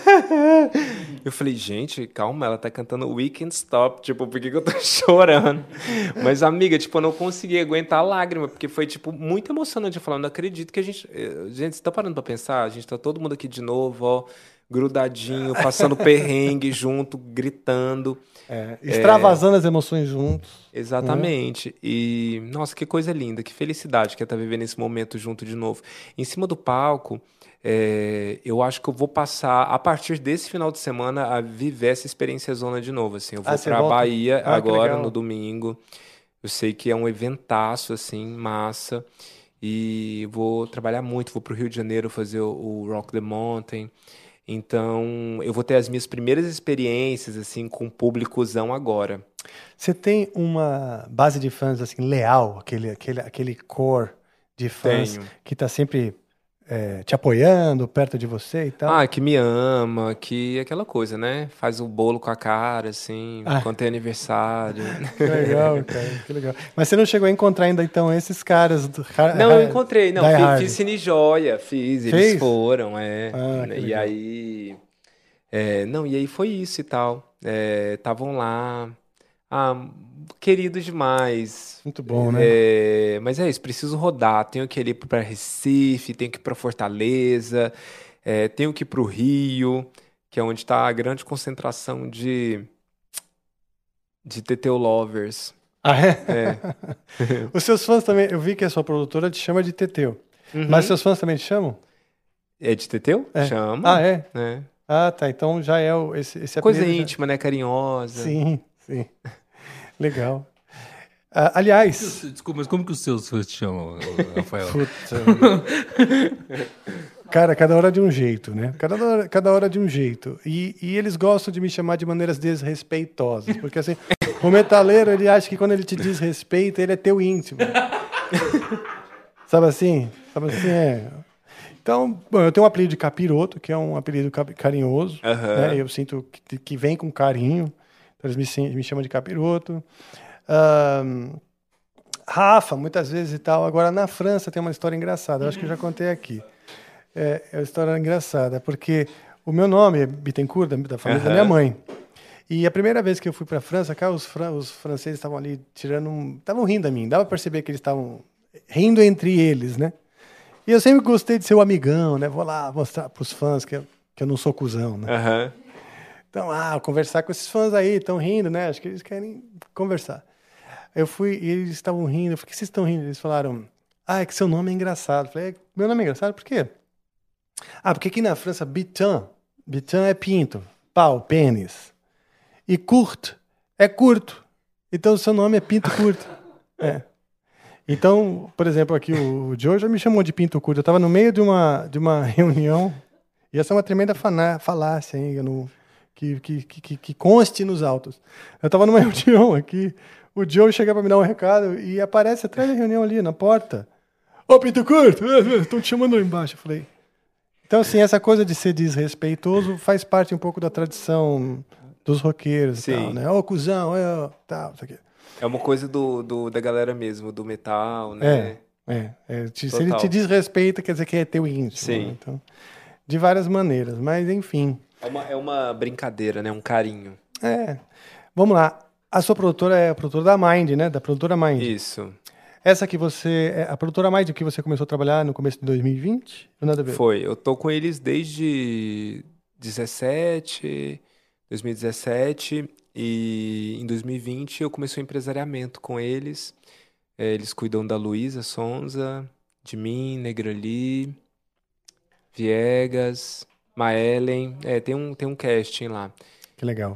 Eu falei, gente, calma, ela tá cantando We Can't Stop, tipo, por que eu tô chorando? Mas, amiga, tipo, eu não consegui aguentar a lágrima, porque foi, tipo, muito emocionante. Eu falei, não acredito que a gente... Gente, você tá parando pra pensar? A gente tá todo mundo aqui de novo, ó, grudadinho, passando perrengue junto, gritando. Extravasando as emoções juntos. Exatamente. E, nossa, que coisa linda, que felicidade que é estar vivendo esse momento junto de novo. Em cima do palco, eu acho que eu vou passar, a partir desse final de semana, a viver essa experiência zona de novo. Assim. Eu vou para a Bahia agora, no domingo. Eu sei que é um eventaço, assim, massa. E vou trabalhar muito, vou para o Rio de Janeiro fazer o Rock the Mountain. Então, eu vou ter as minhas primeiras experiências, assim, com o públicozão agora. Você tem uma base de fãs, assim, leal? Aquele core de fãs que tá sempre te apoiando, perto de você e tal? Que me ama, que aquela coisa, né? Faz o bolo com a cara, assim, quando tem aniversário. Que legal, cara, que legal. Mas você não chegou a encontrar ainda, então, esses caras... Não, eu encontrei. Não, fiz Cine Joia, eles foram, e aí... e aí foi isso e tal. Estavam lá, Querido demais. Muito bom, né? Mas é isso, preciso rodar. Tenho que ir para Recife, tenho que ir para Fortaleza, tenho que ir para o Rio, que é onde está a grande concentração de Teteu Lovers. Ah, é? Os seus fãs também, eu vi que a sua produtora te chama de Teteu. Mas seus fãs também te chamam? É de Teteu? É. Chama. Ah, é? É. Ah, tá. Então já é esse Coisa apelido íntima, né? Carinhosa. Sim. Legal. Aliás... Desculpa, mas como que os seus fãs te chamam, Rafael? Cara, cada hora de um jeito, né? Cada hora de um jeito. E eles gostam de me chamar de maneiras desrespeitosas. Porque assim, o metaleiro, ele acha que quando ele te desrespeita, ele é teu íntimo. Sabe assim? Então, bom, eu tenho um apelido de Capiroto, que é um apelido carinhoso. Né? Eu sinto que vem com carinho. Então eles me chamam de Capiroto. Rafa, muitas vezes e tal. Agora, na França tem uma história engraçada. Eu acho que eu já contei aqui. É uma história engraçada, porque o meu nome é Bittencourt, da família da minha mãe. E a primeira vez que eu fui para a França, cá, os franceses estavam ali estavam rindo a mim. Dava para perceber que eles estavam rindo entre eles, né? E eu sempre gostei de ser o amigão, né? Vou lá mostrar para os fãs que eu não sou cuzão, né? Então, conversar com esses fãs aí, estão rindo, né? Acho que eles querem conversar. Eu fui e eles estavam rindo. Eu falei, por que vocês estão rindo? Eles falaram, é que seu nome é engraçado. Eu falei, meu nome é engraçado? Por quê? Porque aqui na França, bitin é pinto, pau, pênis. E court é curto. Então, o seu nome é Pinto Curto. Então, por exemplo, aqui o Joe já me chamou de Pinto Curto. Eu estava no meio de uma reunião, e essa é uma tremenda falácia, hein? Que conste nos autos. Eu estava numa reunião aqui, o Joe chega para me dar um recado e aparece atrás da reunião ali, na porta. Ô, Pinto Curto, estão te chamando lá embaixo. Eu falei... Então, assim, essa coisa de ser desrespeitoso faz parte um pouco da tradição dos roqueiros e tal, né? Ô, cuzão, tal, isso aqui. É uma coisa da galera mesmo, do metal, né? Se ele te desrespeita, quer dizer que é teu íntimo. Sim. Né? Então, de várias maneiras, mas enfim. É uma brincadeira, né? Um carinho. Vamos lá. A sua produtora é a produtora da Mind, né? Da produtora Mind. Isso. Essa que a produtora Mind que você começou a trabalhar no começo de 2020? Ou nada a ver? Foi. Eu tô com eles desde 2017 e em 2020 eu comecei o empresariamento com eles. Eles cuidam da Luísa Sonza, de mim, Negrali, Viegas, Maelen. Tem um casting lá. Que legal.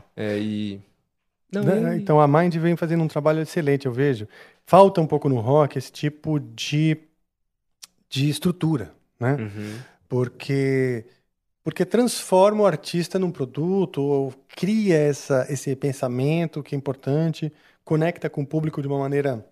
Não, então a Mind vem fazendo um trabalho excelente, eu vejo. Falta um pouco no rock esse tipo de estrutura, né? Porque transforma o artista num produto, ou cria esse pensamento que é importante, conecta com o público de uma maneira...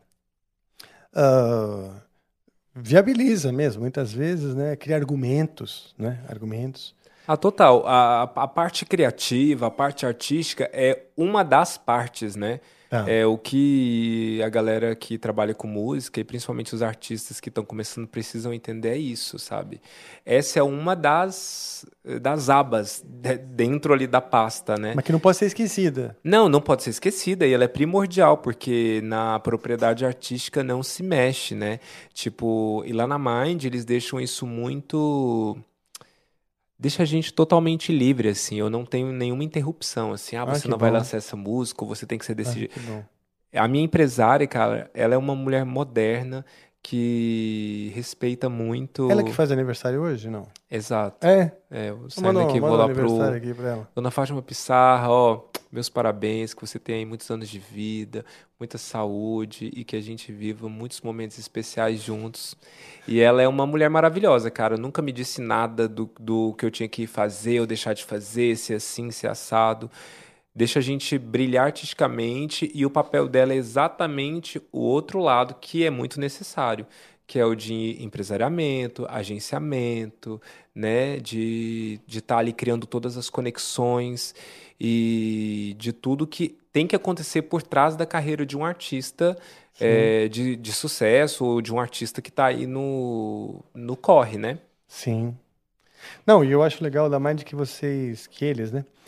viabiliza mesmo, muitas vezes, né? Cria argumentos, né? Total. A parte criativa, a parte artística é uma das partes, né? É o que a galera que trabalha com música e principalmente os artistas que estão começando precisam entender é isso, sabe? Essa é uma das abas dentro ali da pasta, né? Mas que não pode ser esquecida. Não pode ser esquecida e ela é primordial, porque na propriedade artística não se mexe, né? Tipo, e lá na Mind eles deixam isso muito... Deixa a gente totalmente livre, assim. Eu não tenho nenhuma interrupção, assim. Você não vai lançar essa música, ou você tem que ser desse jeito. A minha empresária, cara, ela é uma mulher moderna que respeita muito... Ela que faz aniversário hoje, não? Exato. Eu saindo aqui, vou lá pro... aqui pra ela. Dona Fátima Pissarra, meus parabéns, que você tenha aí muitos anos de vida, muita saúde e que a gente viva muitos momentos especiais juntos. E ela é uma mulher maravilhosa, cara. Nunca me disse nada do que eu tinha que fazer ou deixar de fazer, ser assim, ser assado. Deixa a gente brilhar artisticamente e o papel dela é exatamente o outro lado que é muito necessário, que é o de empresariamento, agenciamento, né? De estar ali criando todas as conexões e de tudo que tem que acontecer por trás da carreira de um artista de sucesso ou de um artista que está aí no corre, né? Sim. Não, e eu acho legal da Mind que eles, né?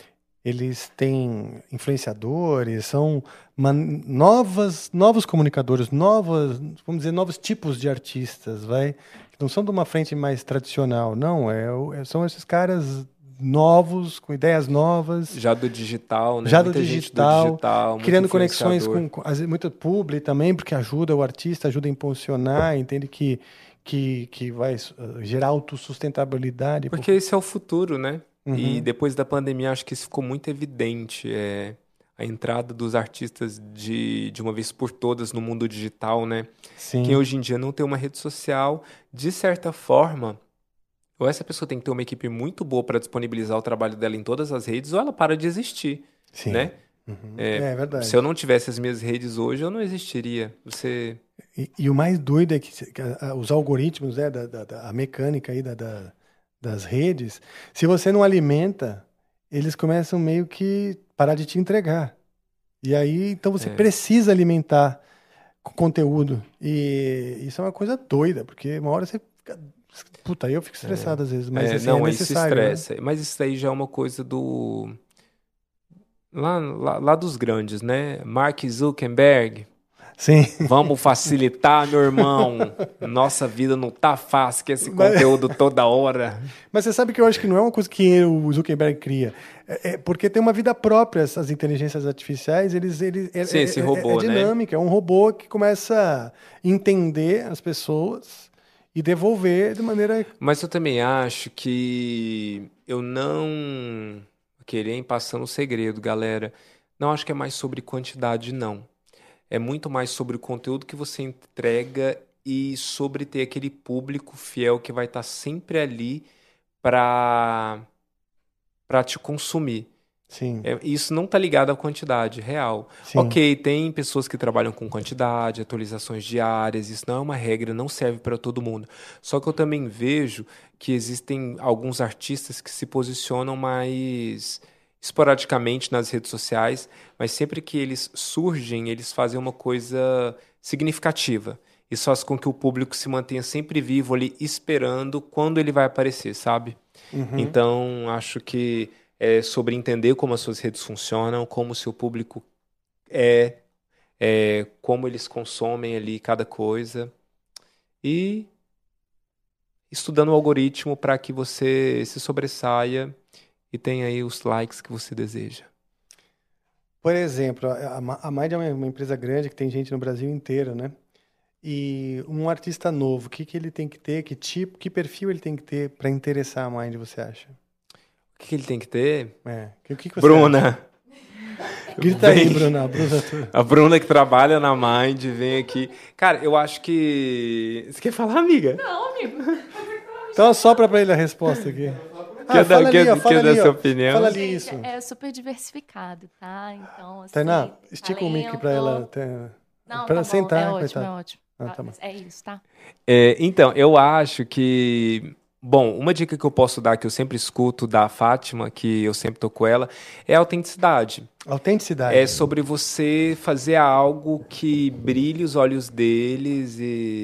eles têm influenciadores, são novos comunicadores, vamos dizer, novos tipos de artistas, que não são de uma frente mais tradicional, não, são esses caras novos, com ideias novas. Já do digital, né? Já Muita do gente digital, criando conexões influenciador. com muito publi também, porque ajuda o artista, ajuda a impulsionar, entende que vai gerar autossustentabilidade. Porque esse é o futuro, né? Uhum. E depois da pandemia, acho que isso ficou muito evidente. A entrada dos artistas de uma vez por todas no mundo digital, né? Sim. Quem hoje em dia não tem uma rede social, de certa forma, ou essa pessoa tem que ter uma equipe muito boa para disponibilizar o trabalho dela em todas as redes, ou ela para de existir, Sim. né? Uhum. É verdade. Se eu não tivesse as minhas redes hoje, eu não existiria. E o mais doido é que os algoritmos, né, a mecânica aí das redes, se você não alimenta, eles começam meio que parar de te entregar. E aí, então você precisa alimentar com conteúdo. E isso é uma coisa doida, porque uma hora você fica... Puta, eu fico estressado às vezes, mas assim, não, é isso necessário. estressa. Né? Mas isso aí já é uma coisa lá dos grandes, né? Mark Zuckerberg. Sim. Vamos facilitar, meu irmão. Nossa vida não tá fácil com esse conteúdo toda hora. Mas você sabe que eu acho que não é uma coisa que o Zuckerberg cria. Porque tem uma vida própria, essas inteligências artificiais. Sim, esse robô, é dinâmica, né? É um robô que começa a entender as pessoas e devolver de maneira... Mas eu também acho que eu não querer passando o segredo, galera. Não acho que é mais sobre quantidade, não. É muito mais sobre o conteúdo que você entrega e sobre ter aquele público fiel que vai estar sempre ali para te consumir. Sim. Isso não está ligado à quantidade real. Sim. Ok, tem pessoas que trabalham com quantidade, atualizações diárias, isso não é uma regra, não serve para todo mundo. Só que eu também vejo que existem alguns artistas que se posicionam mais esporadicamente nas redes sociais, mas sempre que eles surgem, eles fazem uma coisa significativa. Isso faz com que o público se mantenha sempre vivo ali, esperando quando ele vai aparecer, sabe? Uhum. Então, acho que é sobre entender como as suas redes funcionam, como o seu público como eles consomem ali cada coisa. E estudando o algoritmo para que você se sobressaia e tenha aí os likes que você deseja. Por exemplo, a Mind é uma empresa grande que tem gente no Brasil inteiro, né? E um artista novo, o que ele tem que ter, que perfil ele tem que ter para interessar a Mind, você acha? O que ele tem que ter? O que você Bruna. acha? Grita aí, Bruna. A Bruna que trabalha na Mind vem aqui. Cara, eu acho que... Você quer falar, amiga? Não, amigo. Então sopra para ele a resposta aqui. Quer dar sua opinião? Fala ali isso. É super diversificado, tá? Então, assim, Tainá, estica o mic para ela. Não, para tá sentar, bom, é ótimo, coitada. é ótimo. Tá bom. É isso, tá? Então, eu acho que... Bom, uma dica que eu posso dar, que eu sempre escuto da Fátima, que eu sempre tô com ela, é a autenticidade. Autenticidade. É sobre você fazer algo que brilhe os olhos deles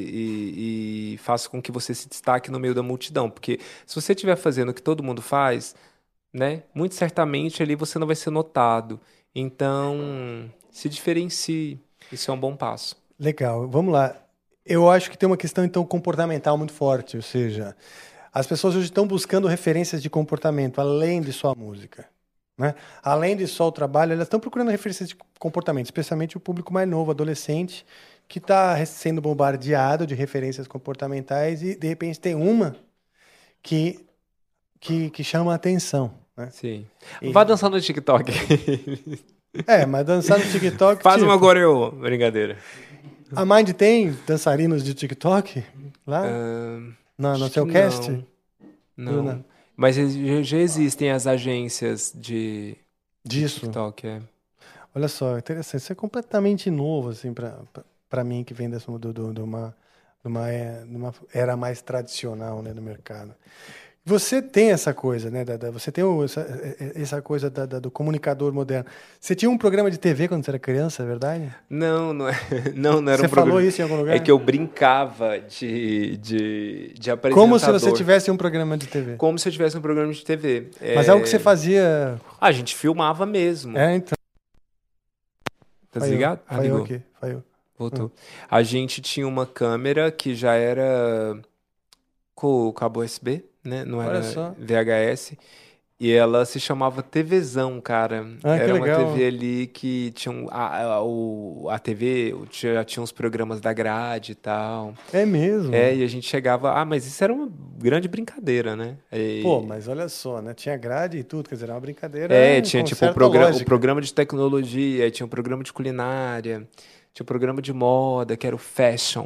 e faça com que você se destaque no meio da multidão. Porque se você estiver fazendo o que todo mundo faz, né, muito certamente ali você não vai ser notado. Então, se diferencie. Isso é um bom passo. Legal, vamos lá. Eu acho que tem uma questão, então, comportamental muito forte, ou seja, as pessoas hoje estão buscando referências de comportamento, além de só a música. Né? Além de só o trabalho, elas estão procurando referências de comportamento, especialmente o público mais novo, adolescente, que está sendo bombardeado de referências comportamentais e, de repente, tem uma que chama a atenção. Né? Sim. Vá dançar no TikTok. Mas dançar no TikTok... Faz uma goreo, brincadeira. A Mind tem dançarinos de TikTok lá? No seu cast? Não. Mas já existem as agências de TikTok. Olha só, interessante. Isso é completamente novo, assim, para mim, que vem de uma era mais tradicional, né, no mercado. Você tem essa coisa, né? Você tem essa coisa do comunicador moderno. Você tinha um programa de TV quando você era criança, é verdade? Não era um programa. Você falou isso em algum lugar? É que eu brincava de apresentador. Como se você tivesse um programa de TV. Como se eu tivesse um programa de TV. Mas é algo que você fazia... A gente filmava mesmo. Então. Tá desligado? Falhou aqui. Falhou. Voltou. A gente tinha uma câmera que já era com o cabo USB, né? Não era VHS. E ela se chamava TVzão, cara. Era uma TV ali que tinha a TV já tinha uns programas da grade e tal. É mesmo? E a gente chegava... mas isso era uma grande brincadeira, né? Mas olha só, né? Tinha grade e tudo, quer dizer, era uma brincadeira. Tinha tipo o programa de tecnologia, tinha um programa de culinária, tinha um programa de moda, que era o Fashion.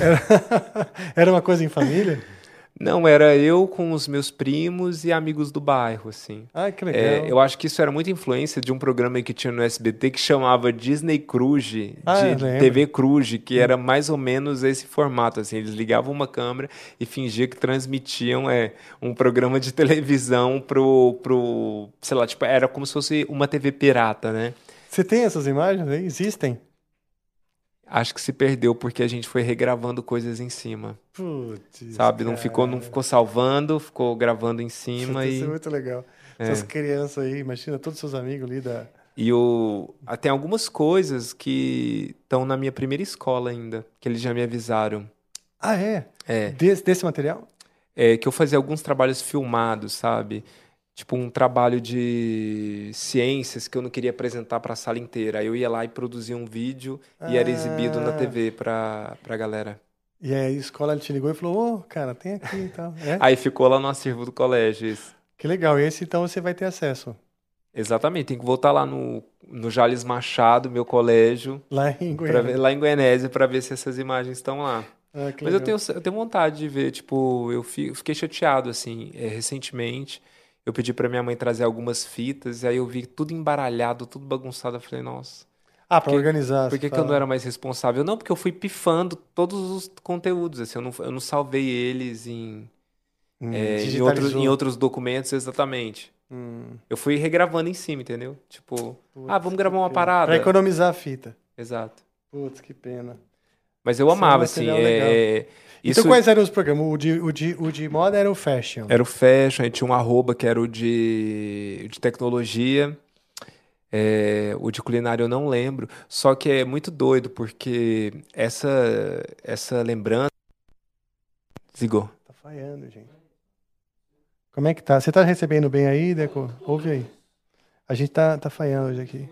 Era uma coisa em família? Não, era eu com os meus primos e amigos do bairro, assim. Que legal. Eu acho que isso era muita influência de um programa que tinha no SBT que chamava Disney Cruise, TV Cruise, que era mais ou menos esse formato, assim. Eles ligavam uma câmera e fingiam que transmitiam um programa de televisão pro... Sei lá, tipo, era como se fosse uma TV pirata, né? Você tem essas imagens aí? Existem? Acho que se perdeu porque a gente foi regravando coisas em cima. Putz, sabe? Não ficou salvando, ficou gravando em cima. Isso é muito legal. Essas crianças aí, imagina todos os seus amigos ali da... E tem algumas coisas que estão na minha primeira escola ainda, que eles já me avisaram. Ah, é? Desse material? Que eu fazia alguns trabalhos filmados, sabe? Tipo um trabalho de ciências que eu não queria apresentar para a sala inteira. Aí eu ia lá e produzia um vídeo e era exibido na TV pra galera. E aí a escola te ligou e falou, cara, tem aqui e tal. Aí ficou lá no acervo do colégio isso. Que legal, esse então você vai ter acesso. Exatamente, tem que voltar lá no Jales Machado, meu colégio. Lá em Goiânia. Lá em Goianésia, para ver se essas imagens estão lá. Mas eu tenho vontade de ver, tipo, eu fiquei chateado, assim, recentemente. Eu pedi pra minha mãe trazer algumas fitas, e aí eu vi tudo embaralhado, tudo bagunçado. Eu falei, nossa... pra organizar. Por que eu não era mais responsável? Não, porque eu fui pifando todos os conteúdos. Assim, eu não salvei eles em outros documentos, exatamente. Eu fui regravando em cima, entendeu? Tipo, vamos gravar uma parada. Pra economizar a fita. Exato. Putz, que pena. Mas eu amava, assim... Então quais eram os programas? O de moda era o Fashion. Era o Fashion, aí tinha um @, que era o de tecnologia. O de culinária eu não lembro. Só que é muito doido, porque essa lembrança... Desligou. Tá falhando, gente. Como é que tá? Você tá recebendo bem aí, Deco? Ouve aí. A gente tá falhando hoje aqui.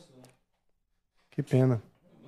Que pena.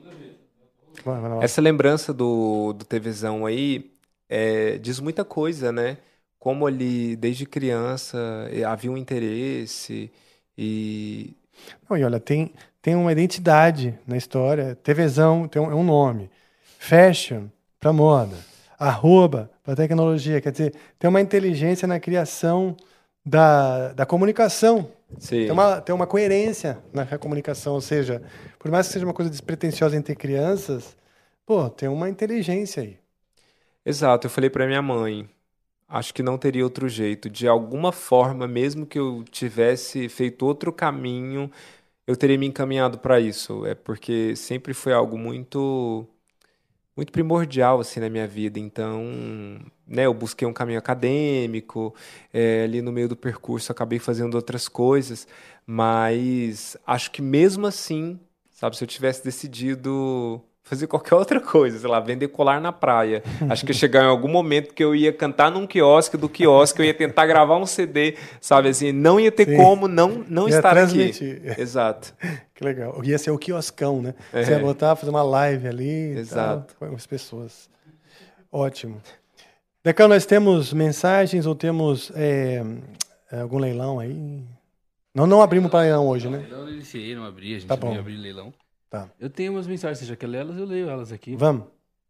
Essa lembrança do TVzão aí diz muita coisa, né? Como ali, desde criança, havia um interesse e... Não, e olha, tem uma identidade na história. TVzão é um nome. Fashion, para moda. @ para tecnologia. Quer dizer, tem uma inteligência na criação da comunicação. Sim. Tem uma coerência na comunicação, ou seja, por mais que seja uma coisa despretensiosa entre crianças, tem uma inteligência aí. Exato, eu falei para minha mãe, acho que não teria outro jeito, de alguma forma, mesmo que eu tivesse feito outro caminho, eu teria me encaminhado para isso, porque sempre foi algo muito muito primordial assim na minha vida. Então, né, eu busquei um caminho acadêmico, ali no meio do percurso acabei fazendo outras coisas, mas acho que mesmo assim, sabe, se eu tivesse decidido fazer qualquer outra coisa, sei lá, vender colar na praia, acho que ia chegar em algum momento que eu ia cantar num quiosque, do quiosque eu ia tentar gravar um CD, sabe, assim, não ia ter como não estar transmitir. Aqui. Exato. Que legal. Ia ser o quioscão, né? Você ia botar, fazer uma live ali. Exato. Com as pessoas. Ótimo. Decão, nós temos mensagens ou temos algum leilão aí? Não abrimos para leilão hoje, né? Não iniciei, não abri, a gente tá bom. ia abrir leilão. Tá. Eu tenho umas mensagens, você já quer ler elas? Eu leio elas aqui. Vamos.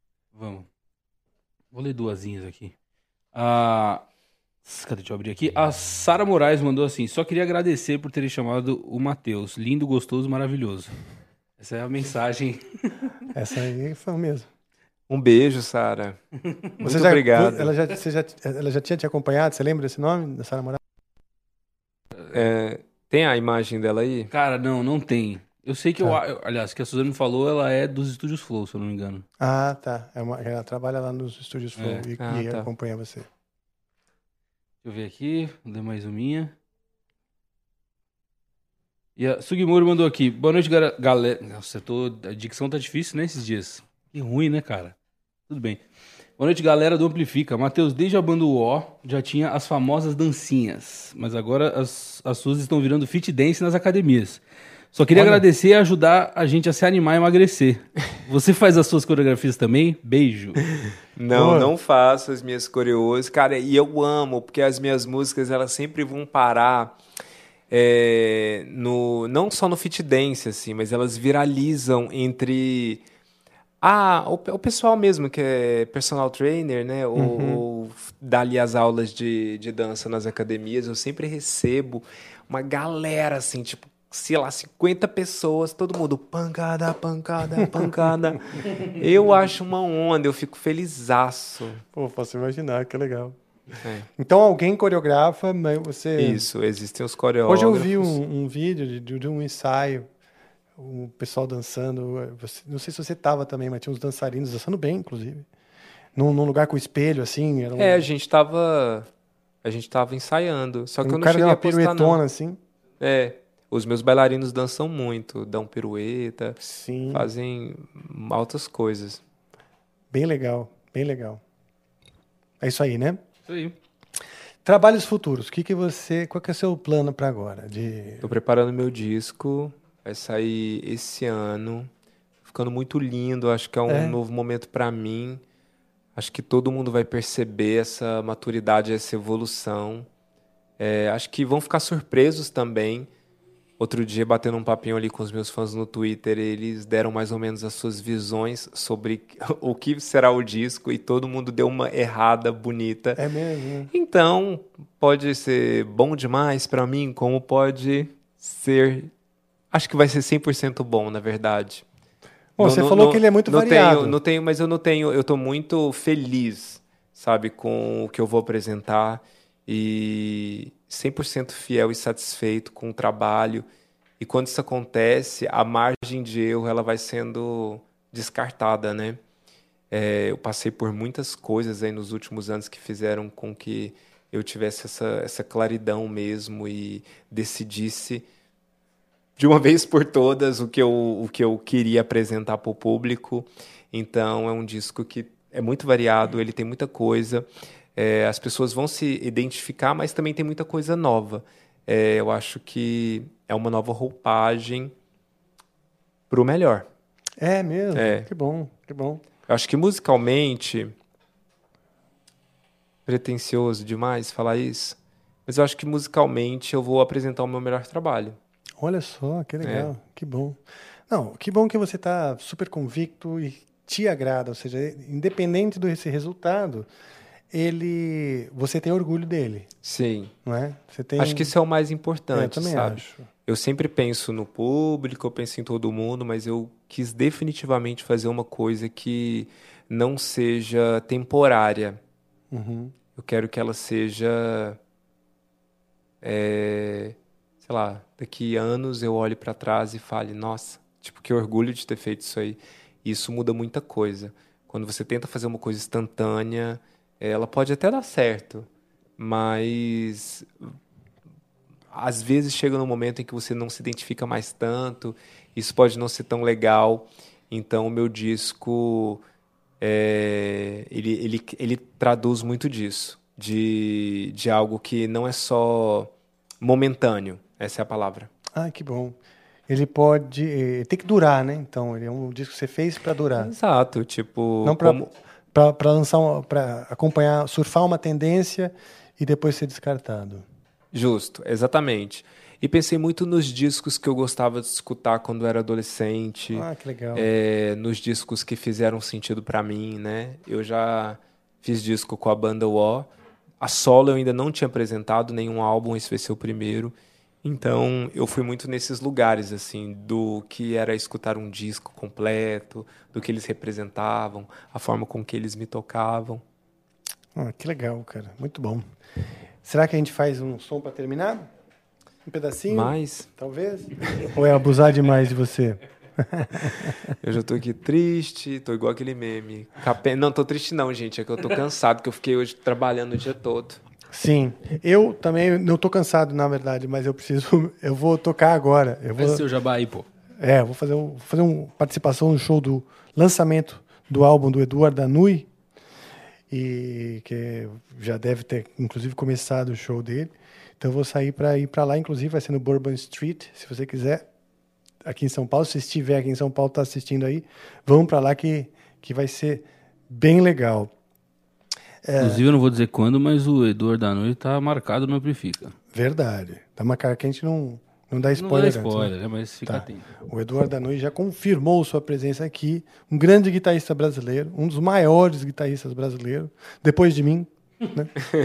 Vou ler duasinhas aqui. Cadê? Deixa eu abrir aqui. A Sara Moraes mandou assim: só queria agradecer por terem chamado o Matheus. Lindo, gostoso, maravilhoso. Essa é a mensagem. Essa aí foi mesmo. Um beijo, Sara. Muito obrigado. Ela já tinha te acompanhado? Você lembra desse nome da Sara Moraes? Tem a imagem dela aí? Cara, não tem. Eu sei que aliás, que a Suzane me falou, ela é dos Estúdios Flow, se eu não me engano. Ah, tá. Ela trabalha lá nos Estúdios Flow e acompanha você. Deixa eu ver aqui, vou ler mais uma minha. E a Sugimori mandou aqui. Boa noite, galera. Nossa, a dicção tá difícil, né, esses dias. Que ruim, né, cara? Tudo bem. Boa noite, galera do Amplifica. Matheus, desde a banda O já tinha as famosas dancinhas, mas agora as suas estão virando fit dance nas academias. Só queria agradecer e ajudar a gente a se animar e emagrecer. Você faz as suas coreografias também? Beijo. Não faço as minhas coreos. Cara, e eu amo, porque as minhas músicas, elas sempre vão parar... não só no fit dance, assim, mas elas viralizam entre o pessoal mesmo que é personal trainer, né? Ou dá ali as aulas de dança nas academias. Eu sempre recebo uma galera assim, tipo, sei lá, 50 pessoas, todo mundo pancada, pancada, pancada. Eu acho uma onda, eu fico felizaço. Pô, posso imaginar, que legal. Então alguém coreografa, mas você... Isso, existem os coreógrafos. Hoje eu vi um vídeo de um ensaio, o pessoal dançando, não sei se você estava também, mas tinha uns dançarinos dançando bem, inclusive. Num lugar com espelho, assim. A gente tava ensaiando, só que eu não cheguei a postar, piruetona, não. Assim. Os meus bailarinos dançam muito, dão pirueta, sim, fazem altas coisas. Bem legal, bem legal. É isso aí, né? Isso aí. Trabalhos futuros, qual que é o seu plano para agora? Tô preparando meu disco, vai sair esse ano, ficando muito lindo, acho que é um novo momento para mim. Acho que todo mundo vai perceber essa maturidade, essa evolução. Acho que vão ficar surpresos também. Outro dia, batendo um papinho ali com os meus fãs no Twitter, eles deram mais ou menos as suas visões sobre o que será o disco e todo mundo deu uma errada bonita. É mesmo? Então, pode ser bom demais para mim, como pode ser... Acho que vai ser 100% bom, na verdade. Bom, você falou que ele é muito variado. Eu tô muito feliz, sabe, com o que eu vou apresentar e 100% fiel e satisfeito com o trabalho. E quando isso acontece, a margem de erro ela vai sendo descartada, né? Eu passei por muitas coisas aí nos últimos anos que fizeram com que eu tivesse essa claridão mesmo e decidisse de uma vez por todas o que eu queria apresentar para o público. Então, é um disco que é muito variado, ele tem muita coisa. As pessoas vão se identificar, mas também tem muita coisa nova. Eu acho que é uma nova roupagem para o melhor. É mesmo? Que bom, que bom. Eu acho que musicalmente... Pretencioso demais falar isso, mas eu acho que musicalmente eu vou apresentar o meu melhor trabalho. Olha só, que legal, que bom. Não, que bom que você está super convicto e te agrada, ou seja, independente desse resultado... você tem orgulho dele. Sim. Não é? Acho que isso é o mais importante, eu também sabe? acho. Eu sempre penso no público, eu penso em todo mundo, mas eu quis definitivamente fazer uma coisa que não seja temporária. Eu quero que ela seja... sei lá, daqui a anos eu olhe para trás e fale, nossa, tipo, que orgulho de ter feito isso aí. E isso muda muita coisa. Quando você tenta fazer uma coisa instantânea... ela pode até dar certo, mas às vezes chega num momento em que você não se identifica mais tanto, isso pode não ser tão legal. Então, o meu disco, ele traduz muito disso, de algo que não é só momentâneo, essa é a palavra. Ah, que bom. Ele pode... tem que durar, né? Então, ele é um disco que você fez para durar. Exato, tipo... Não para lançar, para acompanhar, surfar uma tendência e depois ser descartado. Justo, exatamente. E pensei muito nos discos que eu gostava de escutar quando eu era adolescente. Ah, que legal. Nos discos que fizeram sentido para mim, né? Eu já fiz disco com a banda O. A solo eu ainda não tinha apresentado nenhum álbum, esse vai ser o primeiro. Então, eu fui muito nesses lugares, assim, do que era escutar um disco completo, do que eles representavam, a forma com que eles me tocavam. Que legal, cara. Muito bom. Será que a gente faz um som para terminar? Um pedacinho? Mais? Talvez? Ou é abusar demais de você? Eu já tô aqui triste, tô igual aquele meme. Não, tô triste não, gente. É que eu tô cansado, porque eu fiquei hoje trabalhando o dia todo. Sim. Eu também não tô cansado, na verdade, mas eu vou tocar agora. Faz seu jabá aí, pô. Eu vou fazer uma participação no show do lançamento do álbum do Eduardo Danui, e que já deve ter, inclusive, começado o show dele. Então eu vou sair para ir para lá, inclusive vai ser no Bourbon Street, se você quiser, aqui em São Paulo. Se estiver aqui em São Paulo, está assistindo aí, vamos para lá que vai ser bem legal. Inclusive, eu não vou dizer quando, mas o Eduardo Danui está marcado no Amplifica. Verdade. Tá marcado que a gente não dá spoiler. Não dá spoiler, antes, né? Mas fica atento. O Eduardo Danui já confirmou sua presença aqui, um grande guitarrista brasileiro, um dos maiores guitarristas brasileiros, depois de mim. Né?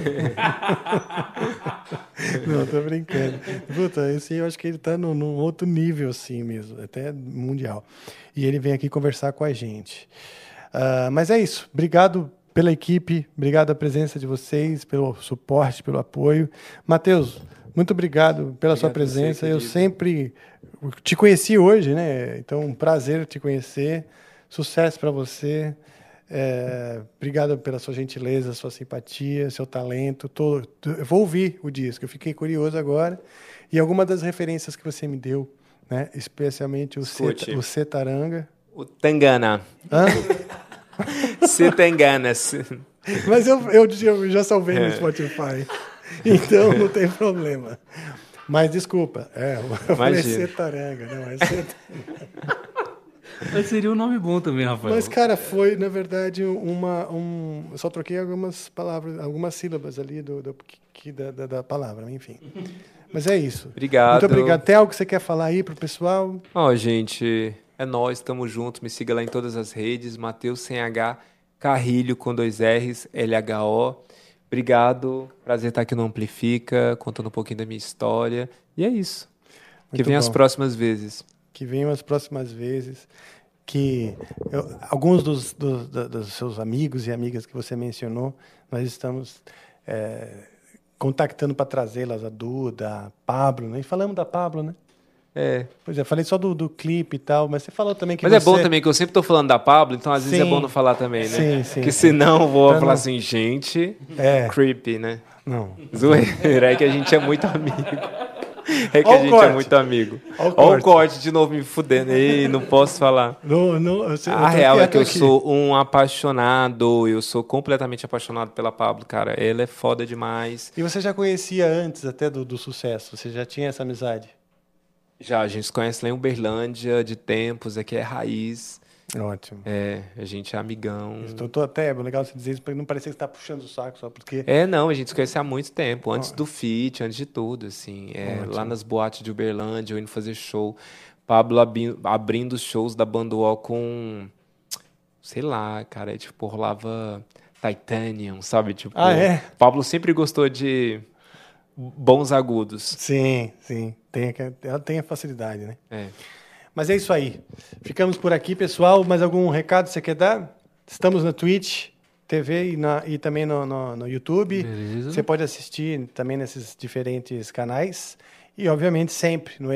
Não, tô brincando. Puta, eu acho que ele tá num outro nível assim mesmo, até mundial. E ele vem aqui conversar com a gente. Mas é isso. Obrigado pela equipe, obrigado a presença de vocês, pelo suporte, pelo apoio. Matheus, muito obrigado pela sua presença. Eu sempre te conheci hoje, né? Então, um prazer te conhecer. Sucesso para você. Obrigado pela sua gentileza, sua simpatia, seu talento. Eu vou ouvir o disco, eu fiquei curioso agora. E alguma das referências que você me deu, né? Especialmente o Setaranga. O Tangana. Hã? Setangana. Mas eu já salvei no Spotify, então não tem problema. Mas desculpa, eu falei Setaranga, não é Setaranga. Mas seria um nome bom também, Rafael. Mas, cara, foi, na verdade, eu só troquei algumas palavras, algumas sílabas ali da palavra, enfim. Mas é isso. Obrigado. Muito obrigado. Tem algo que você quer falar aí pro pessoal? Gente, é nóis, tamo junto. Me siga lá em todas as redes. Matheus sem H, Carrilho com 2 R's, LHO. Obrigado. Prazer estar aqui no Amplifica, contando um pouquinho da minha história. E é isso. Que venham as próximas vezes. Que venham as próximas vezes. Alguns dos seus amigos e amigas que você mencionou, nós estamos contactando para trazê-las, a Duda, a Pablo, né? E falamos da Pablo, né? Pois é, falei só do clipe e tal, mas você falou também que Mas é bom também, que eu sempre tô falando da Pablo, então às vezes é bom não falar também, né? Sim. Porque senão eu vou falar assim, gente, creepy, né? Não. Zoeira, é que a gente é muito amigo. É que a gente é muito amigo. Olha o corte de novo me fudendo. Ei, não posso falar. A real é que eu sou um apaixonado. Eu sou completamente apaixonado pela Pablo, cara. Ela é foda demais. E você já conhecia antes até do sucesso? Você já tinha essa amizade? Já, a gente se conhece lá em Uberlândia de tempos. Aqui é raiz. Ótimo. A gente é amigão. Estou até legal você dizer isso, para não parecer que você está puxando o saco só porque... Não, a gente se conhece há muito tempo, antes do feat, antes de tudo, assim. Lá nas boates de Uberlândia, eu indo fazer show. Pablo abrindo os shows da Banduol com... Sei lá, cara, rolava Titanium, sabe? Tipo, Pablo sempre gostou de bons agudos. Sim. Ela tem a facilidade, né? Mas é isso aí. Ficamos por aqui, pessoal. Mais algum recado você quer dar? Estamos na Twitch TV e também no YouTube. Beleza. Você pode assistir também nesses diferentes canais. E, obviamente, sempre no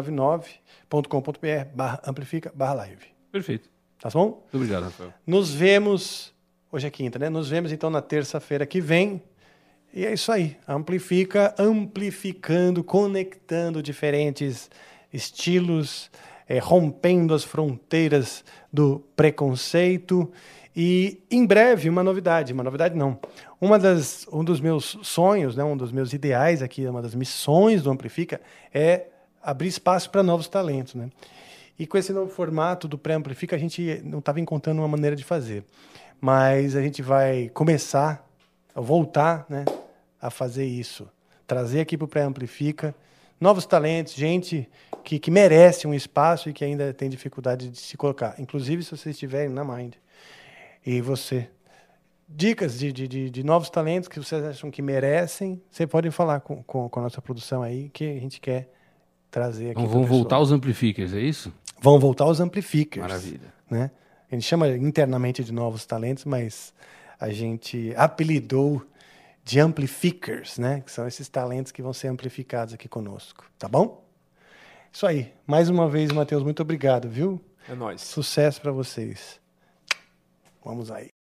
nv99.com.br/amplifica/live. Perfeito. Tá bom? Muito obrigado, Rafael. Nos vemos... Hoje é quinta, né? Nos vemos, então, na terça-feira que vem. E é isso aí. Amplifica, amplificando, conectando diferentes estilos... rompendo as fronteiras do preconceito. E, em breve, uma novidade não. Um dos meus sonhos, né, um dos meus ideais aqui, uma das missões do Amplifica é abrir espaço para novos talentos. Né? E com esse novo formato do Pré-Amplifica, a gente não estava encontrando uma maneira de fazer. Mas a gente vai começar a voltar, né, a fazer isso. Trazer aqui para o Pré-Amplifica novos talentos, gente que merece um espaço e que ainda tem dificuldade de se colocar. Inclusive, se vocês estiverem na Mind e você dicas de novos talentos que vocês acham que merecem, vocês podem falar com a nossa produção aí, que a gente quer trazer aqui. Então vão voltar os amplificers, é isso? Vão voltar os amplificers. Maravilha. Né? A gente chama internamente de novos talentos, mas a gente apelidou de amplificers, né? Que são esses talentos que vão ser amplificados aqui conosco. Tá bom? Isso aí. Mais uma vez, Matheus, muito obrigado, viu? É nóis. Sucesso para vocês. Vamos aí.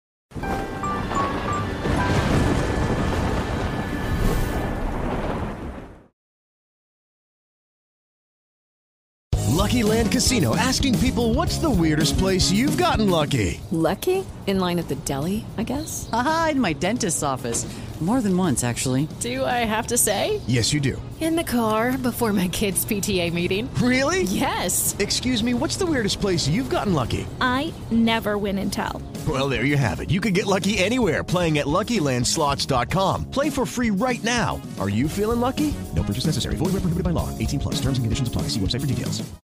Lucky Land Casino, asking people, what's the weirdest place you've gotten lucky? Lucky? In line at the deli, I guess? Aha, in my dentist's office. More than once, actually. Do I have to say? Yes, you do. In the car before my kids' PTA meeting. Really? Yes. Excuse me, what's the weirdest place you've gotten lucky? I never win and tell. Well, there you have it. You can get lucky anywhere, playing at LuckyLandSlots.com. Play for free right now. Are you feeling lucky? No purchase necessary. Void where prohibited by law. 18+. Terms and conditions apply. See website for details.